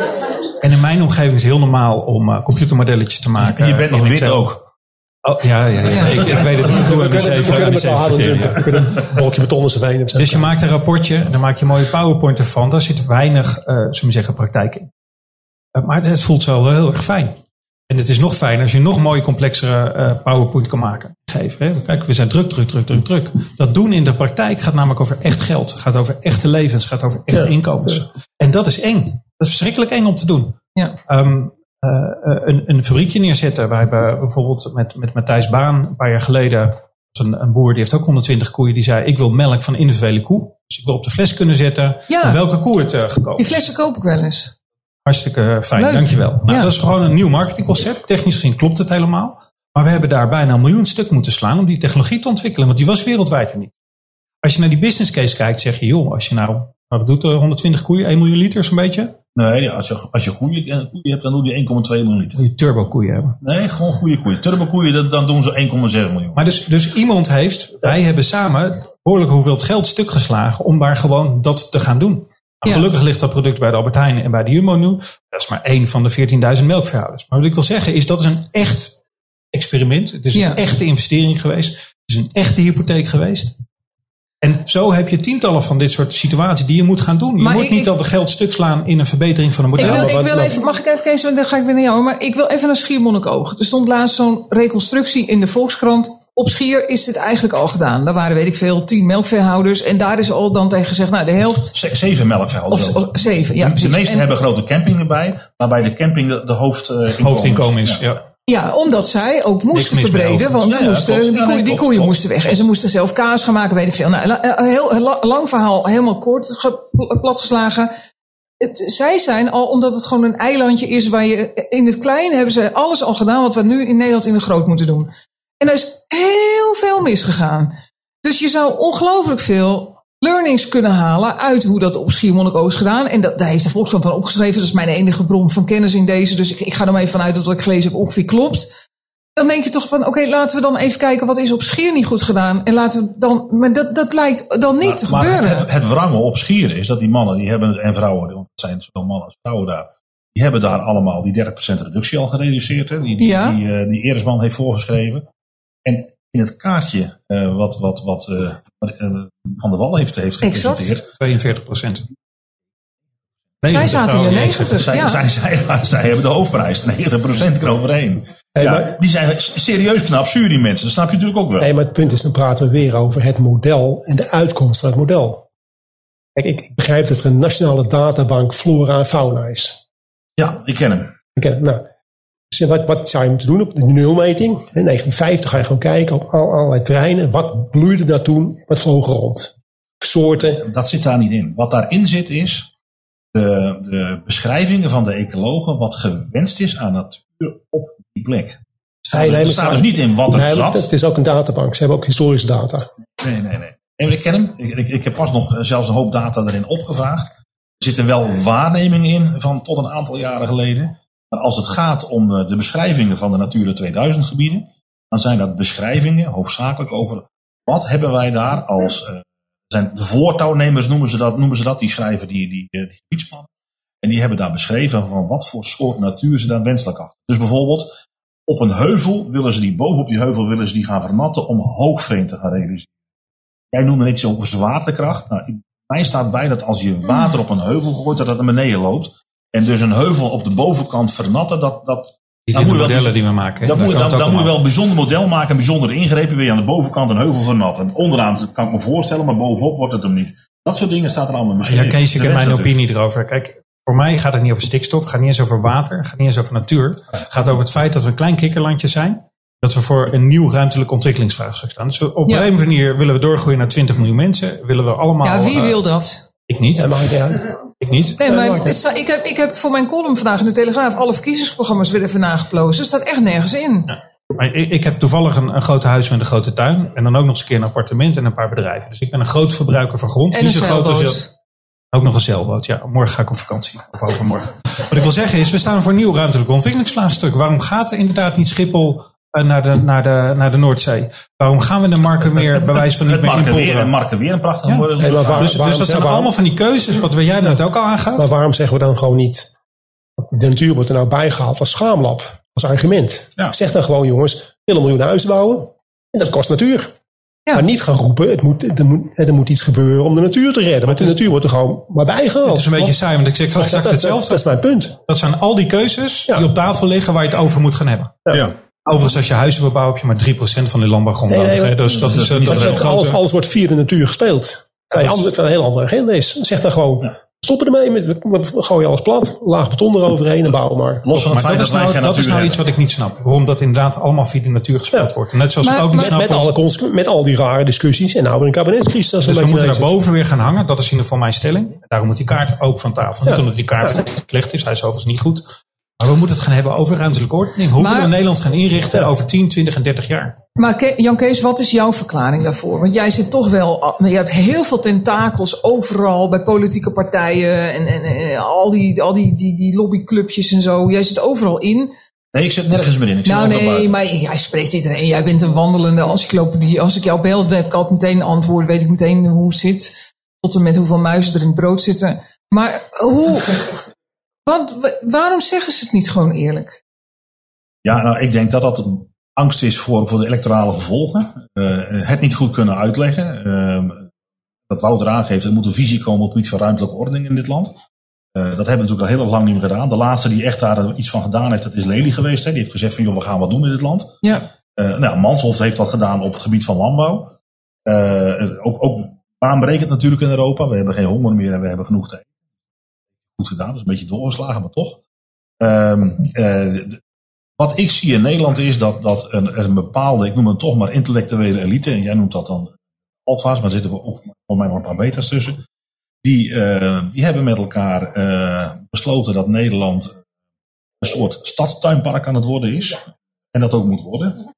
En in mijn omgeving is het heel normaal om uh, computermodelletjes te maken. Je bent nog wit ook. Oh, ja, ja, ja. ja. Ik, ik weet het niet. Doe we kunnen, we kunnen met elkaar we kunnen een bolkje beton in zijn veen. Dus je maakt een rapportje, dan maak je een mooie PowerPoint ervan. Daar zit weinig, uh, zullen we zeggen, praktijk in. Uh, maar het voelt zo wel heel erg fijn. En het is nog fijner als je nog mooie complexere uh, PowerPoint kan maken. Geven, hè? Kijk, we zijn druk, druk, druk, druk, druk. Dat doen in de praktijk gaat namelijk over echt geld. Gaat over echte levens, gaat over echte ja. inkomens. Ja. En dat is eng. Dat is verschrikkelijk eng om te doen. Ja. Um, uh, een, een fabriekje neerzetten. Wij hebben bijvoorbeeld met, met Matthijs Baan een paar jaar geleden. Een, een boer die heeft ook honderdtwintig koeien. Die zei, ik wil melk van een individuele koe. Dus ik wil op de fles kunnen zetten ja. van welke koe het uh, gekomen is. Die flessen koop ik wel eens. Hartstikke fijn, leuk. Dankjewel. Nou, ja. Dat is gewoon een nieuw marketingconcept. Technisch gezien klopt het helemaal. Maar we hebben daar bijna een miljoen stuk moeten slaan om die technologie te ontwikkelen. Want die was wereldwijd er niet. Als je naar die business case kijkt, zeg je, joh, als je nou Nou, dat doet uh, honderdtwintig koeien, één miljoen liter zo'n beetje. Nee, als je, als je goede koeien hebt, dan doe je één komma twee miljoen liter. Moet je turbo koeien hebben. Nee, gewoon goede koeien. Turbo koeien, dan doen ze één komma zes miljoen. Maar dus, dus iemand heeft, wij hebben samen behoorlijk hoeveel geld stuk geslagen om daar gewoon dat te gaan doen. Nou, ja. Gelukkig ligt dat product bij de Albert Heijn en bij de Jumbo nu. Dat is maar één van de veertienduizend melkveehouders. Maar wat ik wil zeggen is, dat is een echt experiment. Het is een ja. echte investering geweest. Het is een echte hypotheek geweest. En zo heb je tientallen van dit soort situaties die je moet gaan doen. Je maar moet ik, niet al het geld stuk slaan in een verbetering van een model. Ik wil, ik wil even, mag ik even, Kees, dan ga ik weer naar jou. Maar ik wil even naar Schiermonnikoog. Er stond laatst zo'n reconstructie in de Volkskrant. Op Schier is dit eigenlijk al gedaan. Daar waren, weet ik veel, tien melkveehouders. En daar is al dan tegen gezegd, nou de helft... Z- zeven melkveehouders. Of, of zeven, ja. De, de meesten en, hebben grote camping erbij. Waarbij de camping de, de hoofdinkomen uh, hoofdinkomen is. Ja. Ja. Ja, omdat zij ook moesten verbreden, want ja, ja, moesten, die, koeien, die koeien moesten weg. En ze moesten zelf kaas gaan maken, weet ik veel. Nou, een heel, heel lang verhaal, helemaal kort, platgeslagen. Het, zij zijn al, omdat het gewoon een eilandje is waar je in het klein hebben ze alles al gedaan wat we nu in Nederland in de groot moeten doen. En er is heel veel misgegaan. Dus je zou ongelooflijk veel learnings kunnen halen uit hoe dat op Schiermonnikoog is gedaan. En dat, daar heeft de Volkskrant dan opgeschreven. Dat is mijn enige bron van kennis in deze. Dus ik, ik ga er maar even vanuit dat wat ik gelezen heb ongeveer klopt. Dan denk je toch van, oké, okay, laten we dan even kijken wat is op Schier niet goed gedaan. En laten we dan, maar dat, dat lijkt dan niet maar, te gebeuren. Maar het, het wrangen op Schier is dat die mannen, die hebben, en vrouwen, want het zijn zowel mannen als vrouwen daar. Die hebben daar allemaal die dertig procent reductie al gereduceerd. Hè, die, die, ja. die, die, die Eresman heeft voorgeschreven. En in het kaartje uh, wat, wat, wat uh, uh, Van der Wal heeft, heeft gepresenteerd. tweeënveertig procent. Zij zaten hier negentig. Zij, ja. zij, zij, zij, zij hebben de hoofdprijs. negentig procent eroverheen. Hey, ja, maar, die zijn serieus knap zuur, die mensen. Dat snap je natuurlijk ook wel. Nee, maar het punt is, dan praten we weer over het model en de uitkomst van het model. Kijk, ik, ik begrijp dat er een nationale databank flora en fauna is. Ja, ik ken hem. Ik ken hem. Nou, dus wat, wat zou je moeten doen op de nulmeting? In negentien vijftig ga je gewoon kijken op al, allerlei terreinen. Wat bloeide daar toen? Wat vloog er rond? Soorten? Dat zit daar niet in. Wat daarin zit is de, de beschrijvingen van de ecologen. Wat gewenst is aan natuur op die plek. Staat, nee, nee, er staat dus niet in wat er nee, zat. Het is ook een databank. Ze hebben ook historische data. Nee, nee, nee. nee ik ken hem. Ik, ik, ik heb pas nog zelfs een hoop data erin opgevraagd. Er zitten wel waarnemingen in van tot een aantal jaren geleden. Maar als het gaat om de beschrijvingen van de Natura tweeduizend gebieden, dan zijn dat beschrijvingen hoofdzakelijk over wat hebben wij daar als uh, zijn de voortouwnemers noemen ze dat, noemen ze dat die schrijven die, die, die gebiedsplannen. En die hebben daar beschreven van wat voor soort natuur ze daar wenselijk achter. Dus bijvoorbeeld op een heuvel willen ze die, bovenop die heuvel willen ze die gaan vernatten om hoogveen te gaan realiseren. Jij noemde net iets over zwaartekracht. Nou, mij staat bij dat als je water op een heuvel gooit, dat dat naar beneden loopt. En dus een heuvel op de bovenkant vernatten, dat... dat die zijn de modellen wel, die we maken. Dan, moet, dan, dan moet je wel een bijzonder model maken, een bijzondere ingrepen, weer aan de bovenkant een heuvel vernatten. Onderaan kan ik me voorstellen, maar bovenop wordt het hem niet. Dat soort dingen staat er allemaal misschien. Ja, Kees, ik heb mijn opinie erover. Kijk, voor mij gaat het niet over stikstof, gaat niet eens over water, gaat niet eens over natuur. Het gaat over het feit dat we een klein kikkerlandje zijn. Dat we voor een nieuw ruimtelijk ontwikkelingsvraagstuk staan. Dus we, op ja. een manier willen we doorgroeien naar twintig miljoen mensen. Willen we allemaal... Ja, wie uh, wil dat? Ik niet. Ja, mag ik ja. Ik niet. Nee, maar het, ik, heb, ik heb voor mijn column vandaag in de Telegraaf alle verkiezingsprogramma's weer even nageplozen. Er staat echt nergens in. Ja. Maar ik, ik heb toevallig een, een groot huis met een grote tuin. En dan ook nog eens een keer een appartement en een paar bedrijven. Dus ik ben een groot verbruiker van grond. En een zeilboot. Ook nog een zeilboot. Ja, morgen ga ik op vakantie. Of overmorgen. Wat ik wil zeggen is, we staan voor een nieuw ruimtelijk ontwikkelingsvraagstuk. Waarom gaat er inderdaad niet Schiphol naar de, naar de, naar de Noordzee? Waarom gaan we de Markermeer bij wijze van niet meer inpolderen? En Markermeer een prachtig ja. worden. Hey, dus, waarom, dus dat zijn waarom, allemaal van die keuzes, wat jij net ook al aangaf. Maar waarom zeggen we dan gewoon niet, de natuur wordt er nou bijgehaald als schaamlab, als argument. Ja. Zeg dan gewoon, jongens, we willen een miljoen huizen bouwen en dat kost natuur. Ja. Maar niet gaan roepen, het moet, er, moet, er moet iets gebeuren om de natuur te redden. Want de natuur wordt er gewoon maar bijgehaald. Het is een beetje saai, want ik zeg exact dat, hetzelfde. Dat, dat is mijn punt. Dat zijn al die keuzes ja. die op tafel liggen waar je het over moet gaan hebben. Ja. Ja. Overigens, als je huizen wil bouwen, heb je maar drie procent van de landbouwgrond nodig. Nee, nee, dus dat is, dat is een alles, grote... alles wordt via de natuur gespeeld. Terwijl het een heel andere agenda is. Zeg dan gewoon, ja. stoppen ermee. Met, we gooien alles plat. Laag beton eroverheen en bouwen maar. Los van het maar feit dat, dat, is nou, dat is nou iets wat ik niet snap. Waarom dat inderdaad allemaal via de natuur gespeeld ja. wordt. Net zoals maar, ook niet met, snap met, alle conse- met al die rare discussies. En nou weer een kabinetscrisis. Dus we moeten daar boven weer gaan hangen. Dat is in ieder geval mijn stelling. Daarom moet die kaart ook van tafel. Ja. Niet omdat die kaart ja. slecht is. Hij is overigens niet goed. Maar we moeten het gaan hebben over ruimtelijke ordening. Hoe maar, we Nederland gaan inrichten ja. over tien, twintig en dertig jaar. Maar Jan Kees, wat is jouw verklaring daarvoor? Want jij zit toch wel, je hebt heel veel tentakels overal bij politieke partijen en, en, en al, die, al die, die, die lobbyclubjes en zo. Jij zit overal in. Nee, ik zit nergens meer in. Ik nou zit nee, maar jij spreekt iedereen. Jij bent een wandelende encyclopedie. Als ik jou bel, heb ik altijd meteen antwoorden. Weet ik meteen hoe het zit. Tot en met hoeveel muizen er in het brood zitten. Maar hoe... Want waarom zeggen ze het niet gewoon eerlijk? Ja, nou, ik denk dat dat angst is voor, voor de electorale gevolgen. Uh, het niet goed kunnen uitleggen. Uh, dat Wouter aangeeft, er moet een visie komen op het gebied van ruimtelijke ordening in dit land. Uh, dat hebben we natuurlijk al heel erg lang niet meer gedaan. De laatste die echt daar iets van gedaan heeft, dat is Lely geweest. Hè. Die heeft gezegd van, joh, we gaan wat doen in dit land. Ja. Uh, nou, Mansholt heeft wat gedaan op het gebied van landbouw. Uh, ook, ook baanbrekend natuurlijk in Europa. We hebben geen honger meer en we hebben genoeg te eten. Goed gedaan, dat is een beetje doorgeslagen, maar toch. Uh, uh, wat ik zie in Nederland is dat, dat een, een bepaalde, ik noem het toch maar intellectuele elite, en jij noemt dat dan alfa's, maar daar zitten we ook voor mij nog een paar beta's tussen. Die, uh, die hebben met elkaar uh, besloten dat Nederland een soort stadstuinpark aan het worden is. En dat ook moet worden.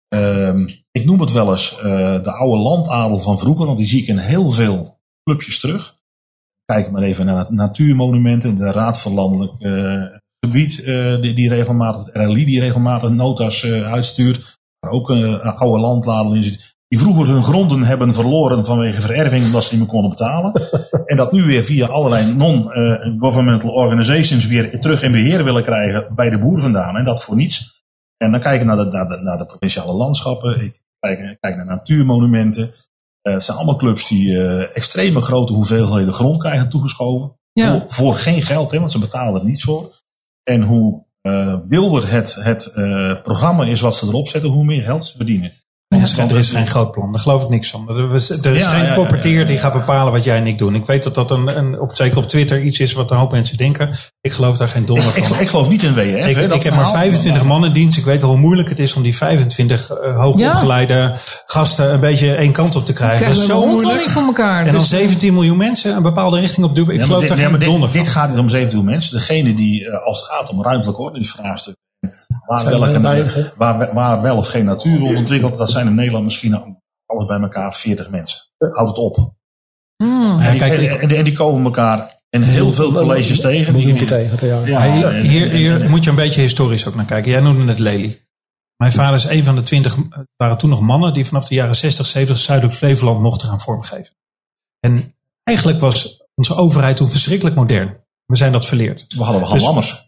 Uh, ik noem het wel eens uh, de oude landadel van vroeger, want die zie ik in heel veel clubjes terug. Kijk maar even naar natuurmonumenten, de Raad van Landelijk uh, Gebied, uh, die, die regelmatig, het R L I die regelmatig nota's uh, uitstuurt. Maar ook een, een oude landadel in zit. Die vroeger hun gronden hebben verloren vanwege vererving omdat ze niet meer konden betalen. En dat nu weer via allerlei non-governmental organizations weer terug in beheer willen krijgen bij de boer vandaan. En dat voor niets. En dan kijken we naar de, naar de, naar de provinciale landschappen. Ik kijk, kijk naar natuurmonumenten. Uh, het zijn allemaal clubs die uh, extreme grote hoeveelheden grond krijgen toegeschoven. Ja. Voor, voor geen geld, hè, want ze betalen er niets voor. En hoe uh, wilder het, het uh, programma is wat ze erop zetten, hoe meer geld ze verdienen. Ja, er is geen groot plan, daar geloof ik niks van. Er is, er is ja, geen ja, poppeteer ja, ja, ja. die gaat bepalen wat jij en ik doen. Ik weet dat dat een, een op, zeker op Twitter iets is wat een hoop mensen denken. Ik geloof daar geen donder van. Ik, ik geloof niet in W F. Ik, hè, ik heb maar vijfentwintig man in dienst. Ik weet al hoe moeilijk het is om die vijfentwintig uh, hoogopgeleide ja. gasten een beetje één kant op te krijgen. Dat is zo moeilijk. Voor elkaar. En dan zeventien miljoen mensen een bepaalde richting op duwen. Ik ja, geloof dit, daar geen ja, donder dit, van. Dit gaat niet om zeventien miljoen mensen. Degene die, uh, als het gaat om ruimtelijk ordeningsvraagstukken, Waar, welke, waar, waar wel of geen natuur wordt ontwikkeld, dat zijn in Nederland misschien alles bij elkaar veertig mensen. Houd het op. Mm. En, die, ja, kijk, en, en die komen elkaar in heel veel colleges tegen. Die, die, tegen ja. Ja, hier, hier, hier moet je een beetje historisch ook naar kijken. Jij noemde het Lely. Mijn vader is een van de twintig, het waren toen nog mannen die vanaf de jaren zestig, zeventig Zuidelijk Flevoland mochten gaan vormgeven. En eigenlijk was onze overheid toen verschrikkelijk modern. We zijn dat verleerd. We hadden we gewoon dus, lammers.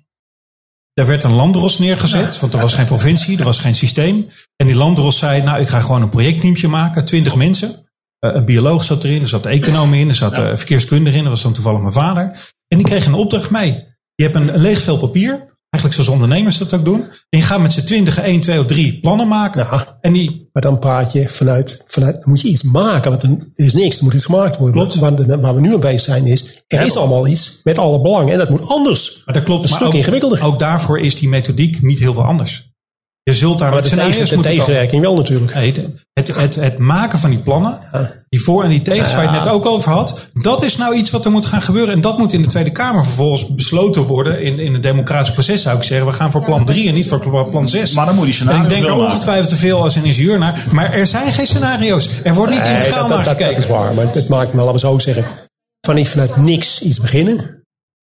Er werd een landdros neergezet, want er was geen provincie, er was geen systeem. En die landdros zei, nou ik ga gewoon een projectteamje maken, twintig mensen. Uh, een bioloog zat erin, er zat de econoom in, er zat uh, verkeerskundige in, dat was dan toevallig mijn vader. En die kregen een opdracht mee. Je hebt een, een leeg vel papier, eigenlijk zoals ondernemers dat ook doen. En je gaat met z'n twintigen één, twee of drie plannen maken. Ja, en die, maar dan praat je vanuit, vanuit, dan moet je iets maken, want er is niks, er moet iets gemaakt worden. Klopt. Want waar we nu aan bezig zijn is, er is allemaal iets met alle belangen en dat moet anders. Maar dat klopt, een maar stuk ook, ingewikkelder. Ook daarvoor is die methodiek niet heel veel anders. Je zult daar maar met de, tegen, de tegenwerking wel natuurlijk. Nee, het, het, het, het maken van die plannen, ja. die voor- en die tegens ja. waar je het net ook over had, dat is nou iets wat er moet gaan gebeuren. En dat moet in de Tweede Kamer vervolgens besloten worden in, in het democratisch proces, zou ik zeggen. We gaan voor plan drie en niet voor plan zes. Maar dan moet je scenario's. En ik denk er ongetwijfeld te veel als een ingenieur naar. Maar er zijn geen scenario's. Er wordt niet nee, integraal naar gekeken. Dat is waar, maar het maakt me, laten we zo zeggen, van vanuit niks iets beginnen,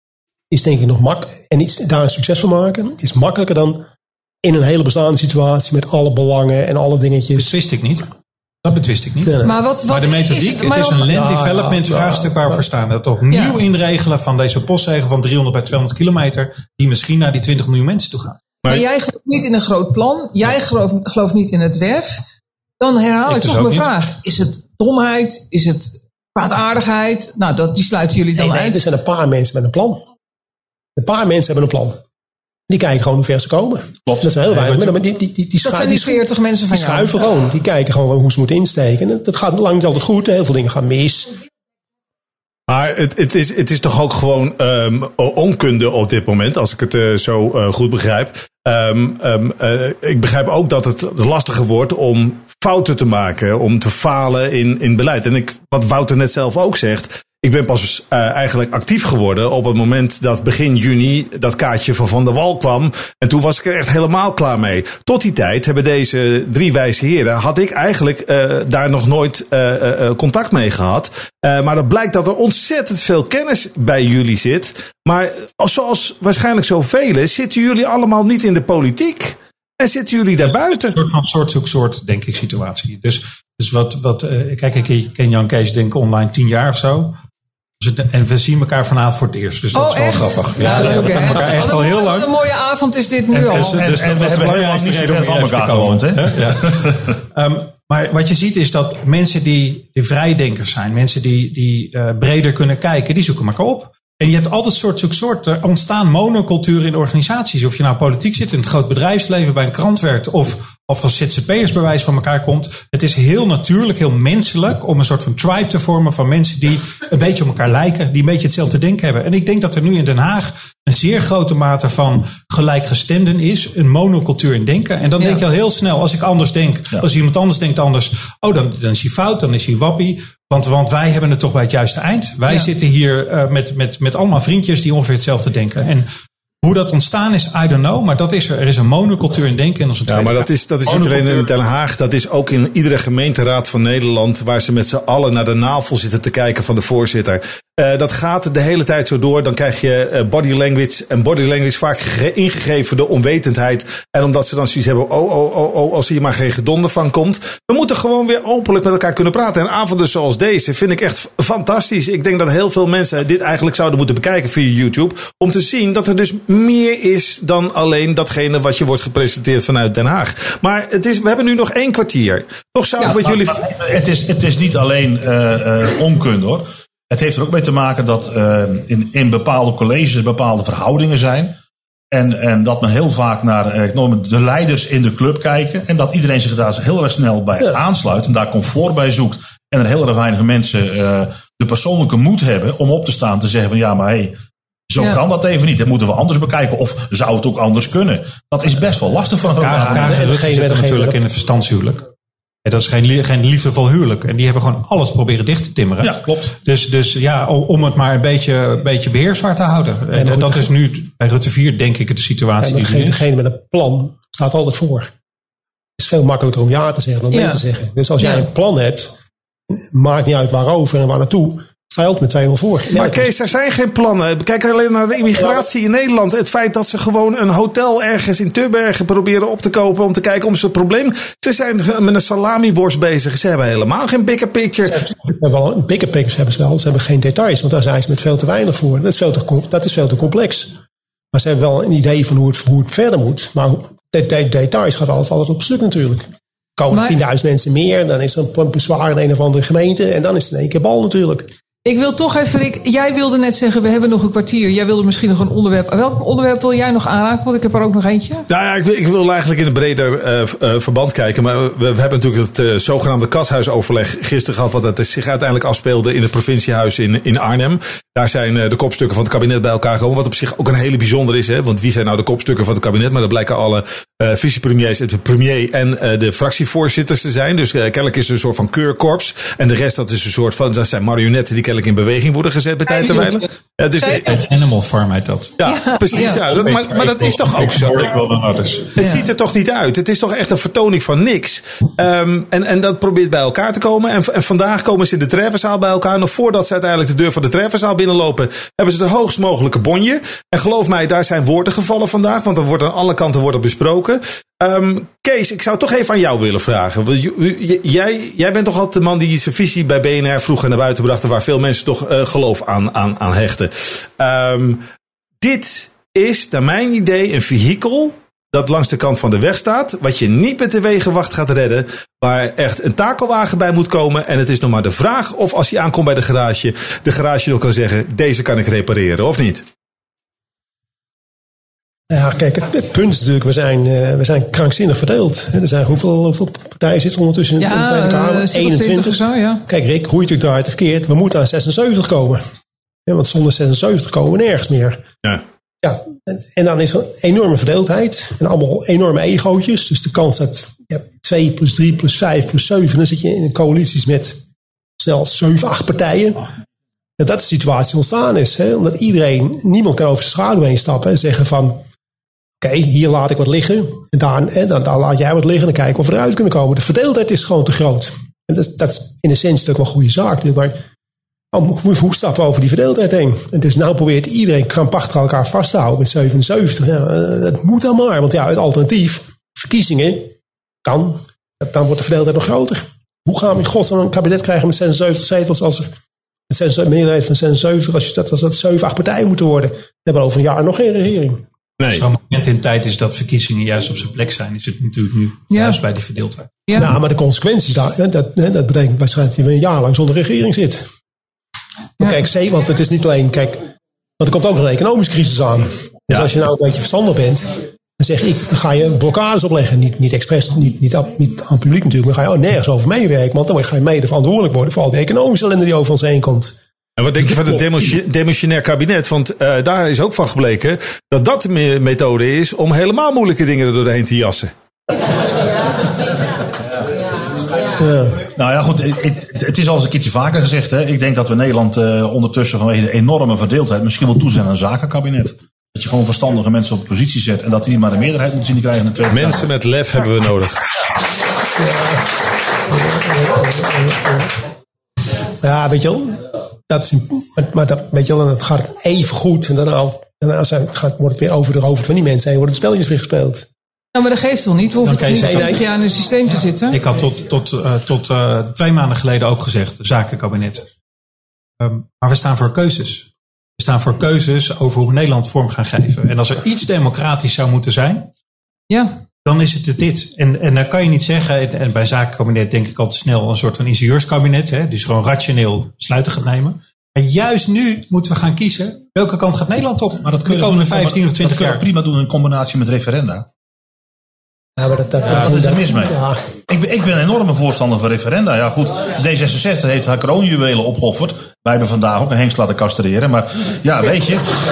is denk ik nog makkelijk. En iets, daar een succes van maken, is makkelijker dan in een hele bestaande situatie met alle belangen en alle dingetjes. Dat betwist ik niet. Dat betwist ik niet. Nee, nee. Maar, wat, wat maar de methodiek, is het, maar het is een land development ja, ja, vraagstuk waar we voor staan. Dat opnieuw ja. inregelen van deze postzegen van driehonderd bij tweehonderd kilometer, die misschien naar die twintig miljoen mensen toe gaan. Maar, maar jij gelooft niet in een groot plan. Jij gelooft, gelooft niet in het W E F. Dan herhaal ik, ik toch mijn niet. vraag. Is het domheid? Is het kwaadaardigheid? Nou, dat, die sluiten jullie dan nee, uit. Nee, er zijn een paar mensen met een plan. Een paar mensen hebben een plan. Die kijken gewoon hoe ver ze komen. Klopt. Dat zijn heel weinig. Nee, maar die, die, die, die dat zijn die veertig mensen van die schuiven jou. gewoon. Die kijken gewoon hoe ze moeten insteken. En dat gaat lang niet altijd goed. Heel veel dingen gaan mis. Maar het, het, is, het is toch ook gewoon um, onkunde op dit moment, als ik het uh, zo uh, goed begrijp. Um, um, uh, ik begrijp ook dat het lastiger wordt om fouten te maken, om te falen in, in beleid. En ik, wat Wouter net zelf ook zegt, Ik ben pas uh, eigenlijk actief geworden op het moment dat begin juni dat kaartje van Van der Wal kwam. En toen was ik er echt helemaal klaar mee. Tot die tijd hebben deze drie wijze heren, had ik eigenlijk uh, daar nog nooit uh, uh, contact mee gehad. Uh, maar het blijkt dat er ontzettend veel kennis bij jullie zit. Maar zoals waarschijnlijk zoveel zitten jullie allemaal niet in de politiek. En zitten jullie daar buiten? Een soort van soort zoek soort, denk ik, situatie. Dus, dus wat, wat uh, kijk, ik ken Jan Kees denk ik online tien jaar of zo. Dus het, en we zien elkaar vanavond voor het eerst. Dus dat oh, is wel echt? grappig. Ja, ja, leuk, we kennen elkaar echt al heel lang. Een mooie avond is dit nu en, al. Dus, en, dus en we hebben helemaal niet zoveel van elkaar gewoond. Hè? Ja. um, maar wat je ziet is dat mensen die, die vrijdenkers zijn, mensen die, die uh, breder kunnen kijken, die zoeken elkaar op. En je hebt altijd soort zoek soort. Er ontstaan monoculturen in organisaties. Of je nou politiek zit, in het groot bedrijfsleven, bij een krant werkt of, of als Z Z P'ers bij wijze van elkaar komt. Het is heel natuurlijk, heel menselijk om een soort van tribe te vormen van mensen die een beetje op elkaar lijken. Die een beetje hetzelfde denken hebben. En ik denk dat er nu in Den Haag een zeer grote mate van gelijkgestemden is. Een monocultuur in denken. En dan ja. denk je al heel snel, als ik anders denk, ja. als iemand anders denkt anders. Oh, dan, dan is hij fout, dan is hij wappie. Want, want wij hebben het toch bij het juiste eind. Wij ja. zitten hier uh, met, met, met allemaal vriendjes die ongeveer hetzelfde denken. En hoe dat ontstaan is, I don't know. Maar dat is er. Er is een monocultuur in denken. En als ja, maar dat is, dat is niet alleen in Den Haag. Dat is ook in iedere gemeenteraad van Nederland. Waar ze met z'n allen naar de navel zitten te kijken van de voorzitter. Uh, dat gaat de hele tijd zo door. Dan krijg je uh, body language. En body language vaak ge- ingegeven door onwetendheid. En omdat ze dan zoiets hebben. Oh, oh, oh, oh, als hier maar geen gedonder van komt. We moeten gewoon weer openlijk met elkaar kunnen praten. En avonden zoals deze vind ik echt fantastisch. Ik denk dat heel veel mensen dit eigenlijk zouden moeten bekijken via YouTube. Om te zien dat er dus meer is dan alleen datgene wat je wordt gepresenteerd vanuit Den Haag. Maar het is, we hebben nu nog één kwartier. Toch zou ik ja, met jullie... Het is, het is niet alleen uh, uh, onkunde hoor. Het heeft er ook mee te maken dat uh, in, in bepaalde colleges bepaalde verhoudingen zijn. En, en dat men heel vaak naar uh, de leiders in de club kijken. En dat iedereen zich daar heel erg snel bij ja. aansluit. En daar comfort bij zoekt. En er heel erg weinig mensen uh, de persoonlijke moed hebben om op te staan. Te zeggen van ja maar hé. Hey, Zo ja. kan dat even niet. Dat moeten we anders bekijken. Of zou het ook anders kunnen? Dat is best wel lastig voor een Kaag, Kaag en Rutte zitten natuurlijk in een verstandshuwelijk. Ja, dat is geen, geen liefdevol huwelijk. En die hebben gewoon alles proberen dicht te timmeren. Ja, klopt. Dus, dus ja, om het maar een beetje, een beetje beheersbaar te houden. Ja, en dat is nu bij Rutte vier denk ik de situatie. Ja, degene, degene met een plan staat altijd voor. Het is veel makkelijker om ja te zeggen dan nee ja. te zeggen. Dus als jij ja. een plan hebt, maakt niet uit waarover en waar naartoe. Sta je altijd met twee nul voor. Maar Kees, er zijn geen plannen. Kijk alleen naar de immigratie in Nederland. Het feit dat ze gewoon een hotel ergens in Tubbergen proberen op te kopen om te kijken om ze het probleem. Ze zijn met een salamiworst bezig. Ze hebben helemaal geen bigger picture. Ze hebben wel, bigger pictures hebben ze wel. Ze hebben geen details, want daar zijn ze met veel te weinig voor. Dat is veel te, dat is veel te complex. Maar ze hebben wel een idee van hoe het, hoe het verder moet. Maar de, de details gaat altijd, altijd op stuk natuurlijk. Komen er tienduizend mensen meer, dan is er een bezwaar in een of andere gemeente. En dan is het in één keer bal natuurlijk. Ik wil toch even, Rick, jij wilde net zeggen, we hebben nog een kwartier. Jij wilde misschien nog een onderwerp. Welk onderwerp wil jij nog aanraken? Want ik heb er ook nog eentje. Nou ja, ik, ik wil eigenlijk in een breder uh, uh, verband kijken. Maar we, we hebben natuurlijk het uh, zogenaamde kashuisoverleg gisteren gehad. Wat het zich uiteindelijk afspeelde in het provinciehuis in, in Arnhem. Daar zijn uh, de kopstukken van het kabinet bij elkaar gekomen. Wat op zich ook een hele bijzonder is. Hè? Want wie zijn nou de kopstukken van het kabinet? Maar dat blijken alle uh, vicepremiers, de premier en uh, de fractievoorzitters te zijn. Dus uh, kennelijk is het een soort van keurkorps. En de rest dat is een soort van, dat zijn marionetten die kennelijk in beweging worden gezet bij tijd en wijle. Ja, dus, Animal Farm heet dat. Ja, ja. precies. Ja. Ja, dat, maar, maar dat is toch ook zo. Het ja. ziet er toch niet uit. Het is toch echt een vertoning van niks. Um, en, en dat probeert bij elkaar te komen. En, en vandaag komen ze in de treffenzaal bij elkaar. Nog voordat ze uiteindelijk de deur van de treffenzaal binnenlopen, hebben ze de hoogst mogelijke bonje. En geloof mij, daar zijn woorden gevallen vandaag. Want er wordt aan alle kanten wordt er besproken. Um, Kees, ik zou toch even aan jou willen vragen. Jij, jij bent toch altijd de man die zijn visie bij B N R vroeger naar buiten bracht, waar veel mensen toch uh, geloof aan, aan, aan hechten. Um, dit is, naar mijn idee, een vehikel dat langs de kant van de weg staat, wat je niet met de wegenwacht gaat redden, waar echt een takelwagen bij moet komen. En het is nog maar de vraag of als hij aankomt bij de garage, de garage nog kan zeggen, deze kan ik repareren, of niet? Ja, kijk, het, het punt is natuurlijk, we zijn, uh, we zijn krankzinnig verdeeld. Er zijn hoeveel, hoeveel partijen zitten ondertussen in, ja, in de Tweede Kamer? Uh, eenentwintig. Zo, ja. Kijk Rick, hoe je natuurlijk draait of verkeerd, we moeten aan zesenzeventig komen. Ja, want zonder zesenzeventig komen we nergens meer. Ja. Ja, en, en dan is er een enorme verdeeldheid en allemaal enorme egootjes. Dus de kans dat ja, twee plus drie plus vijf plus zeven, dan zit je in coalities met zelfs zeven, acht partijen. dat dat de situatie ontstaan is. Hè? Omdat iedereen, niemand kan over zijn schaduw heen stappen en zeggen van, oké, okay, hier laat ik wat liggen. En daar, hè, dan, dan laat jij wat liggen en dan kijken of we eruit kunnen komen. De verdeeldheid is gewoon te groot. En dat, dat is in essentie ook wel een goede zaak. Maar oh, hoe, hoe stappen we over die verdeeldheid heen? En dus nou probeert iedereen krampachtig elkaar vast te houden met zevenenzeventig. Ja, dat moet dan maar. Want ja, het alternatief, verkiezingen, kan. Dan wordt de verdeeldheid nog groter. Hoe gaan we in godsnaam een kabinet krijgen met zesenzeventig zetels als er met een meerderheid van zesenzeventig, als, je, dat, als dat zeven, acht partijen moeten worden? We hebben over een jaar nog geen regering. Nee. Als er een moment in tijd is dat verkiezingen juist op zijn plek zijn, is het natuurlijk nu ja. juist bij die verdeeldheid. Ja. Nou, maar de consequenties daar, dat, dat betekent waarschijnlijk dat je een jaar lang zonder regering zit. Want ja. kijk, want het is niet alleen, kijk, want er komt ook nog een economische crisis aan. Dus ja. als je nou een beetje verstandig bent, dan zeg ik, dan ga je blokkades opleggen. Niet, niet expres, niet, niet, niet aan het publiek natuurlijk, maar dan ga je ook nergens over meewerken. Want dan ga je mede verantwoordelijk worden voor al die economische ellende die over ons heen komt. En wat denk je van het demissionair kabinet? Want uh, daar is ook van gebleken dat dat de methode is om helemaal moeilijke dingen er doorheen te jassen. Ja. Nou ja, goed, het, het is al eens een keertje vaker gezegd. Hè. Ik denk dat we Nederland uh, ondertussen vanwege de enorme verdeeldheid misschien wel toe zijn aan een zakenkabinet. Dat je gewoon verstandige mensen op de positie zet en dat die maar de meerderheid moeten zien te krijgen in de Tweede Kamer. Mensen met lef hebben we nodig. Ja, weet je wel, dat is, maar, maar dat, weet je wel, het gaat even goed en daarna, daarna zijn, gaat, wordt het weer over de hoofd van die mensen heen, worden de spelletjes weer gespeeld. Nou, maar dat geeft toch niet? We hoeven toch niet twintig jaar in een systeem te zitten? Ik had tot, tot, uh, tot uh, twee maanden geleden ook gezegd, zakenkabinet. Um, maar we staan voor keuzes. We staan voor keuzes over hoe Nederland vorm gaan geven. En als er iets democratisch zou moeten zijn, ja. dan is het dit. En, en dan kan je niet zeggen, en bij zakenkabinet denk ik altijd snel een soort van ingenieurskabinet, hè, dus gewoon rationeel besluiten gaat nemen. Maar juist nu moeten we gaan kiezen, welke kant gaat Nederland op? Maar dat kun je de komende vijftien of twintig jaar prima doen in combinatie met referenda. Ja, maar dat, dat, ja, dat is er mis mee. Ja. Ik, ben, ik ben een enorme voorstander van referenda. Ja, goed, D zesenzestig heeft haar kroonjuwelen opgeofferd. Wij hebben vandaag ook een hengst laten castreren. Maar ja, weet je.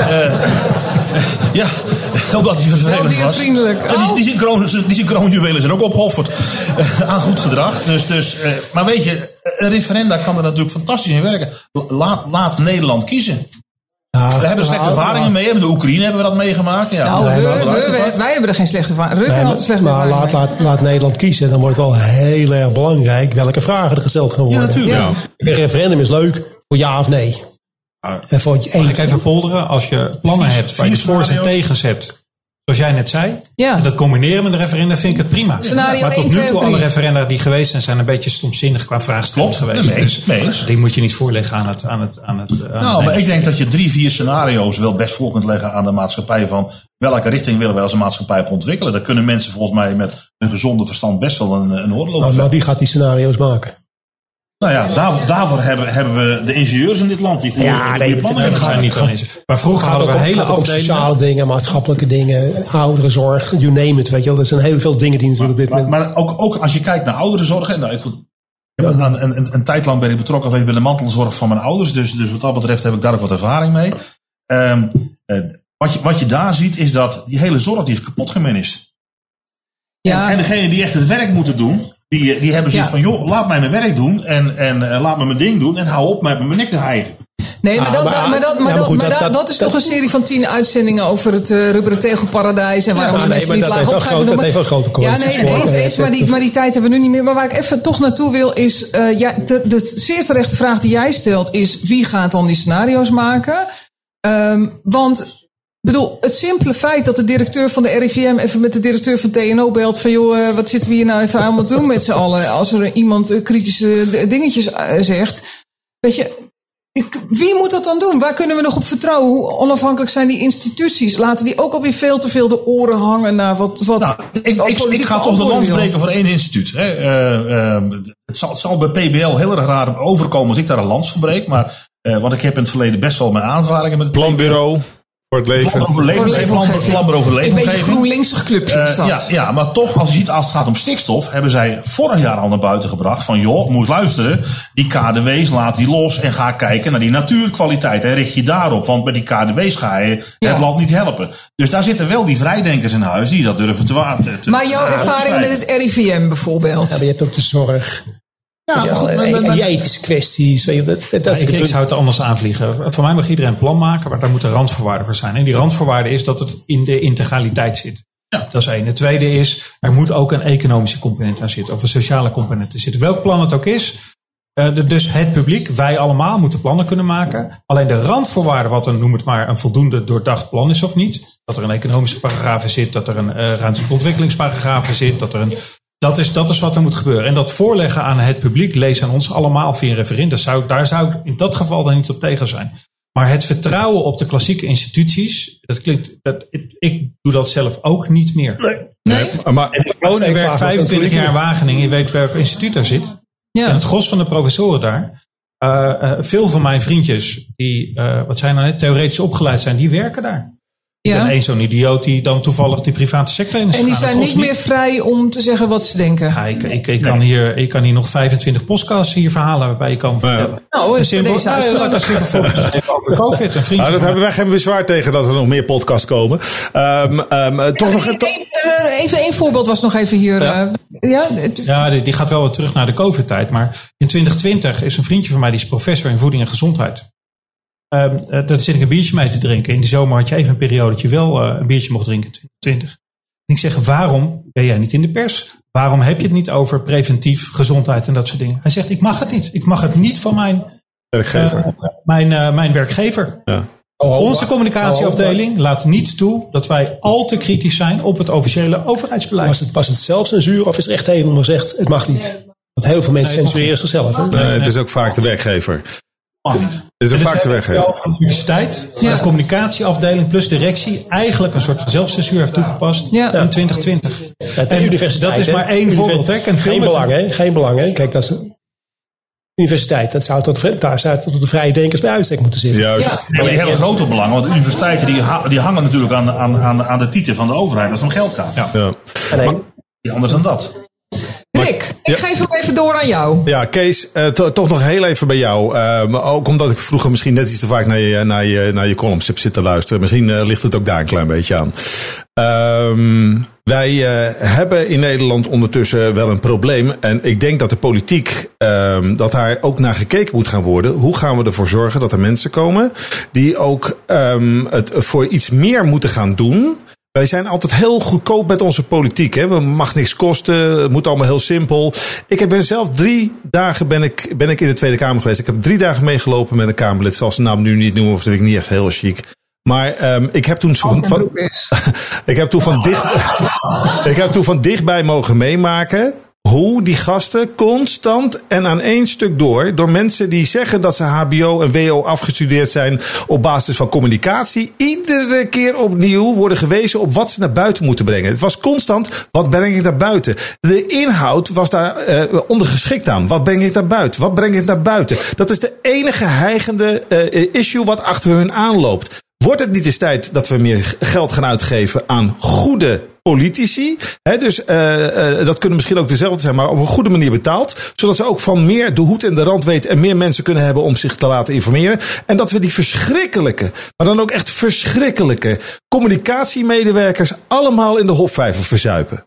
Uh, ja, omdat hij vervelend was. Vriendelijk. Ja, die, die, zijn kroon, die zijn kroonjuwelen zijn ook opgeofferd. Uh, aan goed gedrag. Dus, dus, uh, maar weet je, een referenda kan er natuurlijk fantastisch in werken. Laat, laat Nederland kiezen. Ja, we hebben slechte ervaringen mee. In de Oekraïne hebben we dat meegemaakt. Ja, nou, we, we, we, wij hebben er geen slechte ervaringen. Rutte nee, had er slechte ervaringen laat, laat, laat Nederland kiezen. Dan wordt het wel heel erg belangrijk welke vragen er gesteld gaan worden. Ja, natuurlijk. Ja. Een referendum is leuk voor ja of nee. Ja. En voor je Mag ik even polderen? Als je plannen vies, hebt waar je voor's en tegens hebt. Zoals jij net zei. Ja. En dat combineren met een referendum vind ik het prima. Scenario maar tot nu toe alle referenda die geweest zijn, zijn een beetje stomzinnig qua vraagstelling geweest. Nee, dus nee. Die moet je niet voorleggen aan het... Aan het, aan het aan nou, het maar ik denk dat je drie, vier scenario's wel best voor kunt leggen aan de maatschappij van welke richting willen wij als een maatschappij op ontwikkelen. Daar kunnen mensen volgens mij met een gezonde verstand best wel een, een oorlog over. Nou, maar wie gaat die scenario's maken? Nou ja, daar, daarvoor hebben, hebben we de ingenieurs in dit land. Die gewoon ja, nee, plannen het, het zijn niet van eens. Maar vroeger hadden we hele afdelingen. Sociale dingen, maatschappelijke dingen, ouderenzorg, you name it. Weet je wel. Er zijn heel veel dingen die natuurlijk op dit moment. Maar, maar ook, ook als je kijkt naar ouderenzorg. En nou, ik, ik heb ja. een, een, een, een tijd lang ben ik betrokken geweest bij de mantelzorg van mijn ouders. Dus, dus wat dat betreft heb ik daar ook wat ervaring mee. Um, uh, wat, je, wat je daar ziet is dat die hele zorg die is kapot gemanaged. Ja. En, en degene die echt het werk moeten doen. Die, die hebben zoiets ja. van, joh, laat mij mijn werk doen en, en uh, laat me mijn ding doen en hou op met mijn nek te hijgen. Nee, maar, ah, dat, maar, maar, dat, maar, ja, maar, goed, maar dat, dat, dat is dat, toch een serie van tien uitzendingen over het uh, rubberen tegelparadijs en waarom ja, nee, mensen niet laag op gaan. Dat heeft wel grote consequenties. Ja, nee, eens, eens, maar, die, maar die tijd hebben we nu niet meer. Maar waar ik even toch naartoe wil is, uh, ja, de, de zeer terechte vraag die jij stelt is, wie gaat dan die scenario's maken? Um, want... Ik bedoel, het simpele feit dat de directeur van de R I V M even met de directeur van T N O belt van joh, uh, wat zitten we hier nou even aan te doen met z'n allen als er iemand uh, kritische dingetjes uh, zegt. Weet je, ik, wie moet dat dan doen? Waar kunnen we nog op vertrouwen? Hoe onafhankelijk zijn die instituties? Laten die ook alweer veel te veel de oren hangen naar wat... wat nou, ik, ik, ik ga toch de lans breken voor één instituut. Hè. Uh, uh, het, zal, het zal bij P B L heel erg raar overkomen als ik daar een lans voor breek. Maar, uh, want ik heb in het verleden best wel mijn aanvaringen met het planbureau. Voor het leven. Plan over leefomgeving. Een beetje GroenLinksig clubje is dat. Uh, ja, ja, maar toch, als je ziet, als het gaat om stikstof, hebben zij vorig jaar al naar buiten gebracht van, joh, moet luisteren, die K D W's laat die los en ga kijken naar die natuurkwaliteit en richt je daarop, want met die K D W's ga je ja. het land niet helpen. Dus daar zitten wel die vrijdenkers in huis die dat durven te waten. Maar jouw ervaringen met het R I V M bijvoorbeeld? Ja, maar je hebt ook de zorg. Ja, ja, goed, en, en, en die ethische kwesties. Weet je, dat, dat, dat ja, ik, ik zou het anders aanvliegen. Voor mij mag iedereen een plan maken, maar daar moeten randvoorwaarden voor zijn. En die randvoorwaarde is dat het in de integraliteit zit. Ja. Dat is één. Het tweede is, er moet ook een economische component aan zitten. Of een sociale component aan zitten. Welk plan het ook is. Uh, dus het publiek, wij allemaal moeten plannen kunnen maken. Alleen de randvoorwaarden, wat een, noem het maar, een voldoende doordacht plan is of niet. Dat er een economische paragraaf in zit. Dat er een uh, ruimtelijke ontwikkelingsparagraaf in zit. Dat er een... Dat is, dat is wat er moet gebeuren. En dat voorleggen aan het publiek, lees aan ons allemaal via een referendum. Zou, daar zou ik in dat geval dan niet op tegen zijn. Maar het vertrouwen op de klassieke instituties, dat klinkt, dat, ik, ik doe dat zelf ook niet meer. Nee. nee. Maar, en ik woon en werk vijfentwintig jaar in Wageningen. Je weet welk instituut daar zit. Ja. En het gros van de professoren daar. Uh, uh, veel van mijn vriendjes, die, uh, wat zijn nou net, theoretisch opgeleid zijn, die werken daar. Ja. Ik ben één zo'n idioot die dan toevallig die private sector in is. En die zijn niet meer vrij om te zeggen wat ze denken. Ja, ik, ik, ik, kan hier, ik kan hier nog vijfentwintig podcasts hier verhalen waarbij je kan vertellen. Ja. Nou, is simpel, deze nou, laat ik simpel voorbeeld over COVID. Een nou, daar hebben wij geen bezwaar tegen dat er nog meer podcasts komen. Um, um, ja, toch nog, ik, even één voorbeeld was nog even hier. Ja, uh, ja, ja die, die gaat wel wat terug naar de COVID-tijd. Maar in twintig twintig is een vriendje van mij, die is professor in voeding en gezondheid. Uh, uh, daar zit ik een biertje mee te drinken. In de zomer had je even een periode dat je wel uh, een biertje mocht drinken. twintig twintig. En ik zeg, waarom ben jij niet in de pers? Waarom heb je het niet over preventief, gezondheid en dat soort dingen? Hij zegt, ik mag het niet. Ik mag het niet van mijn werkgever. Uh, mijn, uh, mijn werkgever. Ja. Oh, Onze communicatieafdeling oh, laat niet toe dat wij al te kritisch zijn op het officiële overheidsbeleid. Was het, was het zelfcensuur of is er echt helemaal gezegd, het mag niet? Want heel veel mensen nee, censureren zichzelf. Hè? Nee, het is ook vaak de werkwekker. Het is ook vaak de weggever. De universiteit, ja. de communicatieafdeling plus directie eigenlijk een soort van zelfcensuur heeft toegepast ja. in twintig twintig. Ja, en universiteit, dat is maar één voorbeeld. Hè? Geen veel belang, hè? Geen belang, hè? Kijk, dat is universiteit. Dat zou tot, daar zou tot de vrije denkers bij uitstek moeten zitten. Juist. Ja. Ja, maar je hebt een grote belang, want universiteiten die, ha- die hangen natuurlijk aan, aan, aan, aan de titel van de overheid als het om geld gaat. Ja. Ja. Nee, maar, anders dan dat. Rick, ik geef hem even door aan jou. Ja, Kees, uh, to, toch nog heel even bij jou. Uh, maar ook omdat ik vroeger misschien net iets te vaak naar je, naar je, naar je columns heb zitten luisteren. Misschien uh, ligt het ook daar een klein beetje aan. Um, wij uh, hebben in Nederland ondertussen wel een probleem. En ik denk dat de politiek, um, dat daar ook naar gekeken moet gaan worden. Hoe gaan we ervoor zorgen dat er mensen komen die ook um, het voor iets meer moeten gaan doen. Wij zijn altijd heel goedkoop met onze politiek. Hè? We mag niks kosten. Het moet allemaal heel simpel. Ik ben zelf drie dagen ben ik, ben ik in de Tweede Kamer geweest. Ik heb drie dagen meegelopen met een Kamerlid. Ik zal zijn naam nu niet noemen, of dat vind ik niet echt heel chic. Maar um, ik heb toen van, van ik heb toen van dicht, ik heb toen van dichtbij mogen meemaken hoe die gasten constant en aan één stuk door, door mensen die zeggen dat ze H B O en W O afgestudeerd zijn op basis van communicatie, iedere keer opnieuw worden gewezen op wat ze naar buiten moeten brengen. Het was constant, wat breng ik naar buiten? De inhoud was daar uh, ondergeschikt aan. Wat breng ik naar buiten? Wat breng ik naar buiten? Dat is de enige hijgende uh, issue wat achter hun aanloopt. Wordt het niet eens tijd dat we meer geld gaan uitgeven aan goede politici? He, dus uh, uh, dat kunnen misschien ook dezelfde zijn, maar op een goede manier betaald. Zodat ze ook van meer de hoed en de rand weten en meer mensen kunnen hebben om zich te laten informeren. En dat we die verschrikkelijke, maar dan ook echt verschrikkelijke communicatiemedewerkers allemaal in de Hofvijver verzuipen.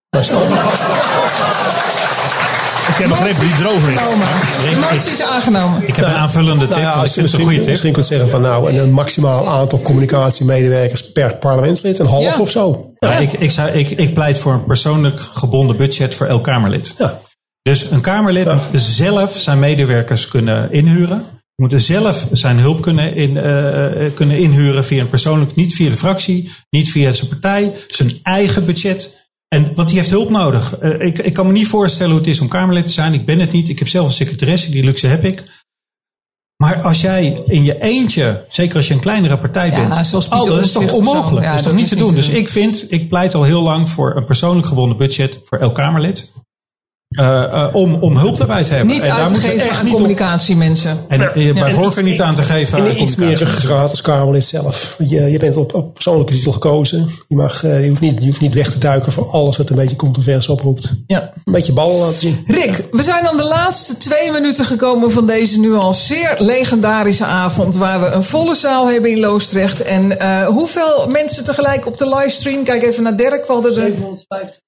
Ik heb begrepen die droger is. De motie is aangenomen. Ik heb een aanvullende tip. Nou ja, als je een goede tip. misschien kunt zeggen van nou een maximaal aantal communicatiemedewerkers per parlementslid, een half ja. of zo. Ja. Ja, ik, ik, zou, ik, ik pleit voor een persoonlijk gebonden budget voor elk Kamerlid. Ja. Dus een Kamerlid ja. moet zelf zijn medewerkers kunnen inhuren. Moet zelf zijn hulp kunnen, in, uh, kunnen inhuren via een persoonlijk, niet via de fractie, niet via zijn partij, zijn eigen budget. En want die heeft hulp nodig. Uh, ik, ik kan me niet voorstellen hoe het is om Kamerlid te zijn. Ik ben het niet. Ik heb zelf een secretaresse. Die luxe heb ik. Maar als jij in je eentje, zeker als je een kleinere partij ja, bent. Oh, dat is toch onmogelijk? Ja, dat is toch niet te doen? Dus ik vind, ik pleit al heel lang voor een persoonlijk gebonden budget voor elk Kamerlid. Uh, uh, om, om hulp daarbij te hebben. Niet en uit te geven aan communicatiemensen. En uh, bij ja, voorkeur niet aan te geven aan en iets meer ruggengraat als Kamerlid zelf. Je, je bent op, op persoonlijke titel gekozen. Je, mag, uh, je, hoeft niet, je hoeft niet weg te duiken voor alles wat een beetje controverse oproept. Ja. Een beetje ballen laten zien. Rick, we zijn aan de laatste twee minuten gekomen van deze nu al zeer legendarische avond. Waar we een volle zaal hebben in Loosdrecht. En uh, hoeveel mensen tegelijk op de livestream? Kijk even naar Dirk. We hadden er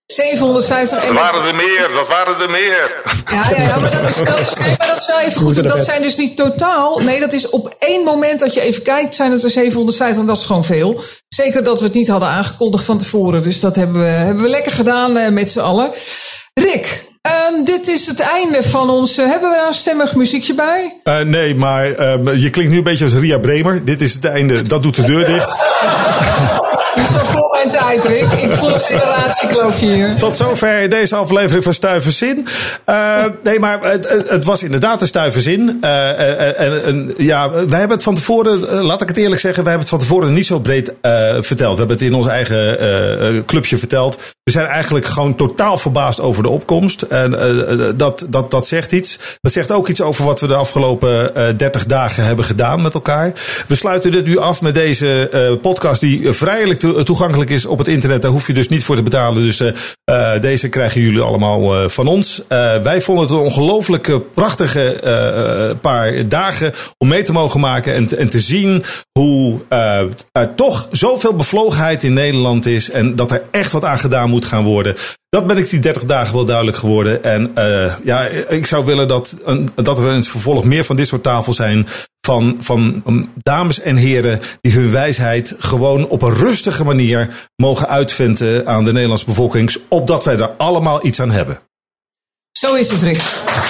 zevenhonderdvijftig. Dat waren er meer, dat waren er meer. Ja, ja, ja maar, dat is, dat, is, nee, maar dat is wel even goed. Dat zijn dus niet totaal. Nee, dat is op één moment dat je even kijkt, zijn het er zevenhonderdvijftig. En dat is gewoon veel. Zeker dat we het niet hadden aangekondigd van tevoren. Dus dat hebben we, hebben we lekker gedaan uh, met z'n allen. Rick, um, dit is het einde van ons. Uh, hebben we daar een stemmig muziekje bij? Uh, nee, maar uh, je klinkt nu een beetje als Ria Bremer. Dit is het einde, dat doet de deur dicht. Zo voor mijn tijd, Rick. Ik voel een generatiekloof hier. Tot zover deze aflevering van Stuiverzin. Uh, nee, maar het, het was inderdaad een Stuiverzin. Uh, en, en ja, wij hebben het van tevoren, uh, laat ik het eerlijk zeggen, wij hebben het van tevoren niet zo breed uh, verteld. We hebben het in ons eigen uh, clubje verteld. We zijn eigenlijk gewoon totaal verbaasd over de opkomst. En uh, dat, dat, dat zegt iets. Dat zegt ook iets over wat we de afgelopen uh, dertig dagen hebben gedaan met elkaar. We sluiten dit nu af met deze uh, podcast die vrijelijk to- toegankelijk is op het internet. Daar hoef je dus niet voor te betalen. Dus uh, uh, deze krijgen jullie allemaal uh, van ons. Uh, wij vonden het een ongelooflijk prachtige uh, paar dagen om mee te mogen maken. En, te, en te zien hoe uh, er toch zoveel bevlogenheid in Nederland is. En dat er echt wat aan gedaan moet gaan worden. Dat ben ik die dertig dagen wel duidelijk geworden. En uh, ja, ik zou willen dat, dat er in het vervolg meer van dit soort tafels zijn. Van, van um, dames en heren die hun wijsheid gewoon op een rustige manier mogen uitventen aan de Nederlandse bevolking. Opdat wij er allemaal iets aan hebben. Zo is het, Rick.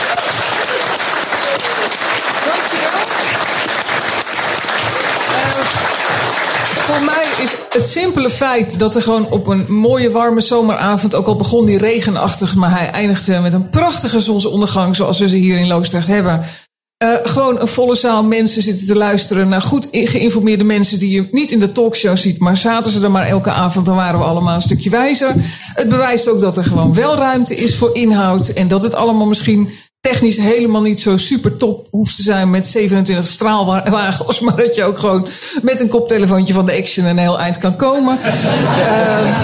Voor mij is het simpele feit dat er gewoon op een mooie warme zomeravond, ook al begon die regenachtig, maar hij eindigde met een prachtige zonsondergang zoals we ze hier in Loosdrecht hebben. Uh, gewoon een volle zaal mensen zitten te luisteren naar goed geïnformeerde mensen die je niet in de talkshow ziet, maar zaten ze er maar elke avond, dan waren we allemaal een stukje wijzer. Het bewijst ook dat er gewoon wel ruimte is voor inhoud en dat het allemaal misschien technisch helemaal niet zo super top hoeft te zijn met zevenentwintig straalwagens, maar dat je ook gewoon met een koptelefoontje van de Action een heel eind kan komen. Uh,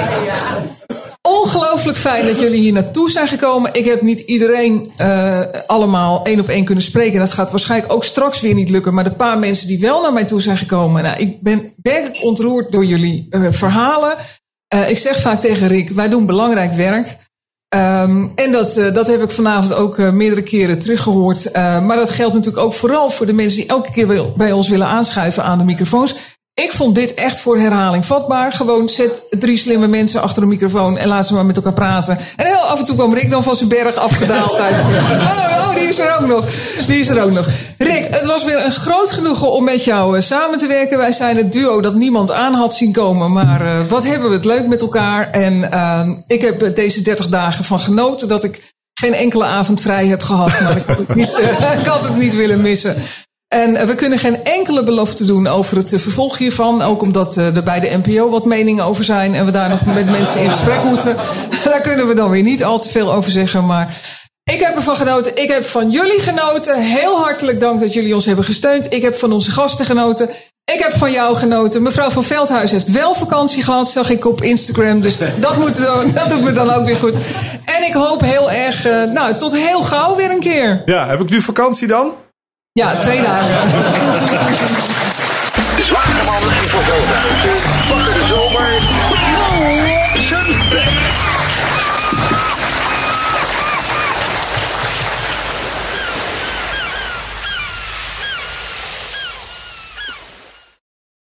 Ongelooflijk fijn dat jullie hier naartoe zijn gekomen. Ik heb niet iedereen uh, allemaal één op één kunnen spreken. Dat gaat waarschijnlijk ook straks weer niet lukken. Maar de paar mensen die wel naar mij toe zijn gekomen. Nou, ik ben werkelijk ontroerd door jullie uh, verhalen. Uh, ik zeg vaak tegen Rick, wij doen belangrijk werk. Um, en dat, uh, dat heb ik vanavond ook uh, meerdere keren teruggehoord. Uh, maar dat geldt natuurlijk ook vooral voor de mensen die elke keer bij ons willen aanschuiven aan de microfoons. Ik vond dit echt voor herhaling vatbaar. Gewoon zet drie slimme mensen achter een microfoon en laat ze maar met elkaar praten. En heel af en toe kwam Rick dan van zijn berg afgedaald uit. Oh, oh, die is er ook nog. Die is er ook nog. Rick, het was weer een groot genoegen om met jou uh, samen te werken. Wij zijn het duo dat niemand aan had zien komen. Maar uh, wat hebben we het leuk met elkaar. En uh, ik heb uh, deze dertig dagen van genoten dat ik geen enkele avond vrij heb gehad. Maar ik had het niet, uh, ik had het niet willen missen. En we kunnen geen enkele belofte doen over het vervolg hiervan. Ook omdat er bij de N P O wat meningen over zijn. En we daar nog met mensen in gesprek moeten. Daar kunnen we dan weer niet al te veel over zeggen. Maar ik heb ervan genoten. Ik heb van jullie genoten. Heel hartelijk dank dat jullie ons hebben gesteund. Ik heb van onze gasten genoten. Ik heb van jou genoten. Mevrouw van Veldhuis heeft wel vakantie gehad. Zag ik op Instagram. Dus dat, moet, dat doet me dan ook weer goed. En ik hoop heel erg, nou, tot heel gauw weer een keer. Ja, heb ik nu vakantie dan? Ja, twee dagen.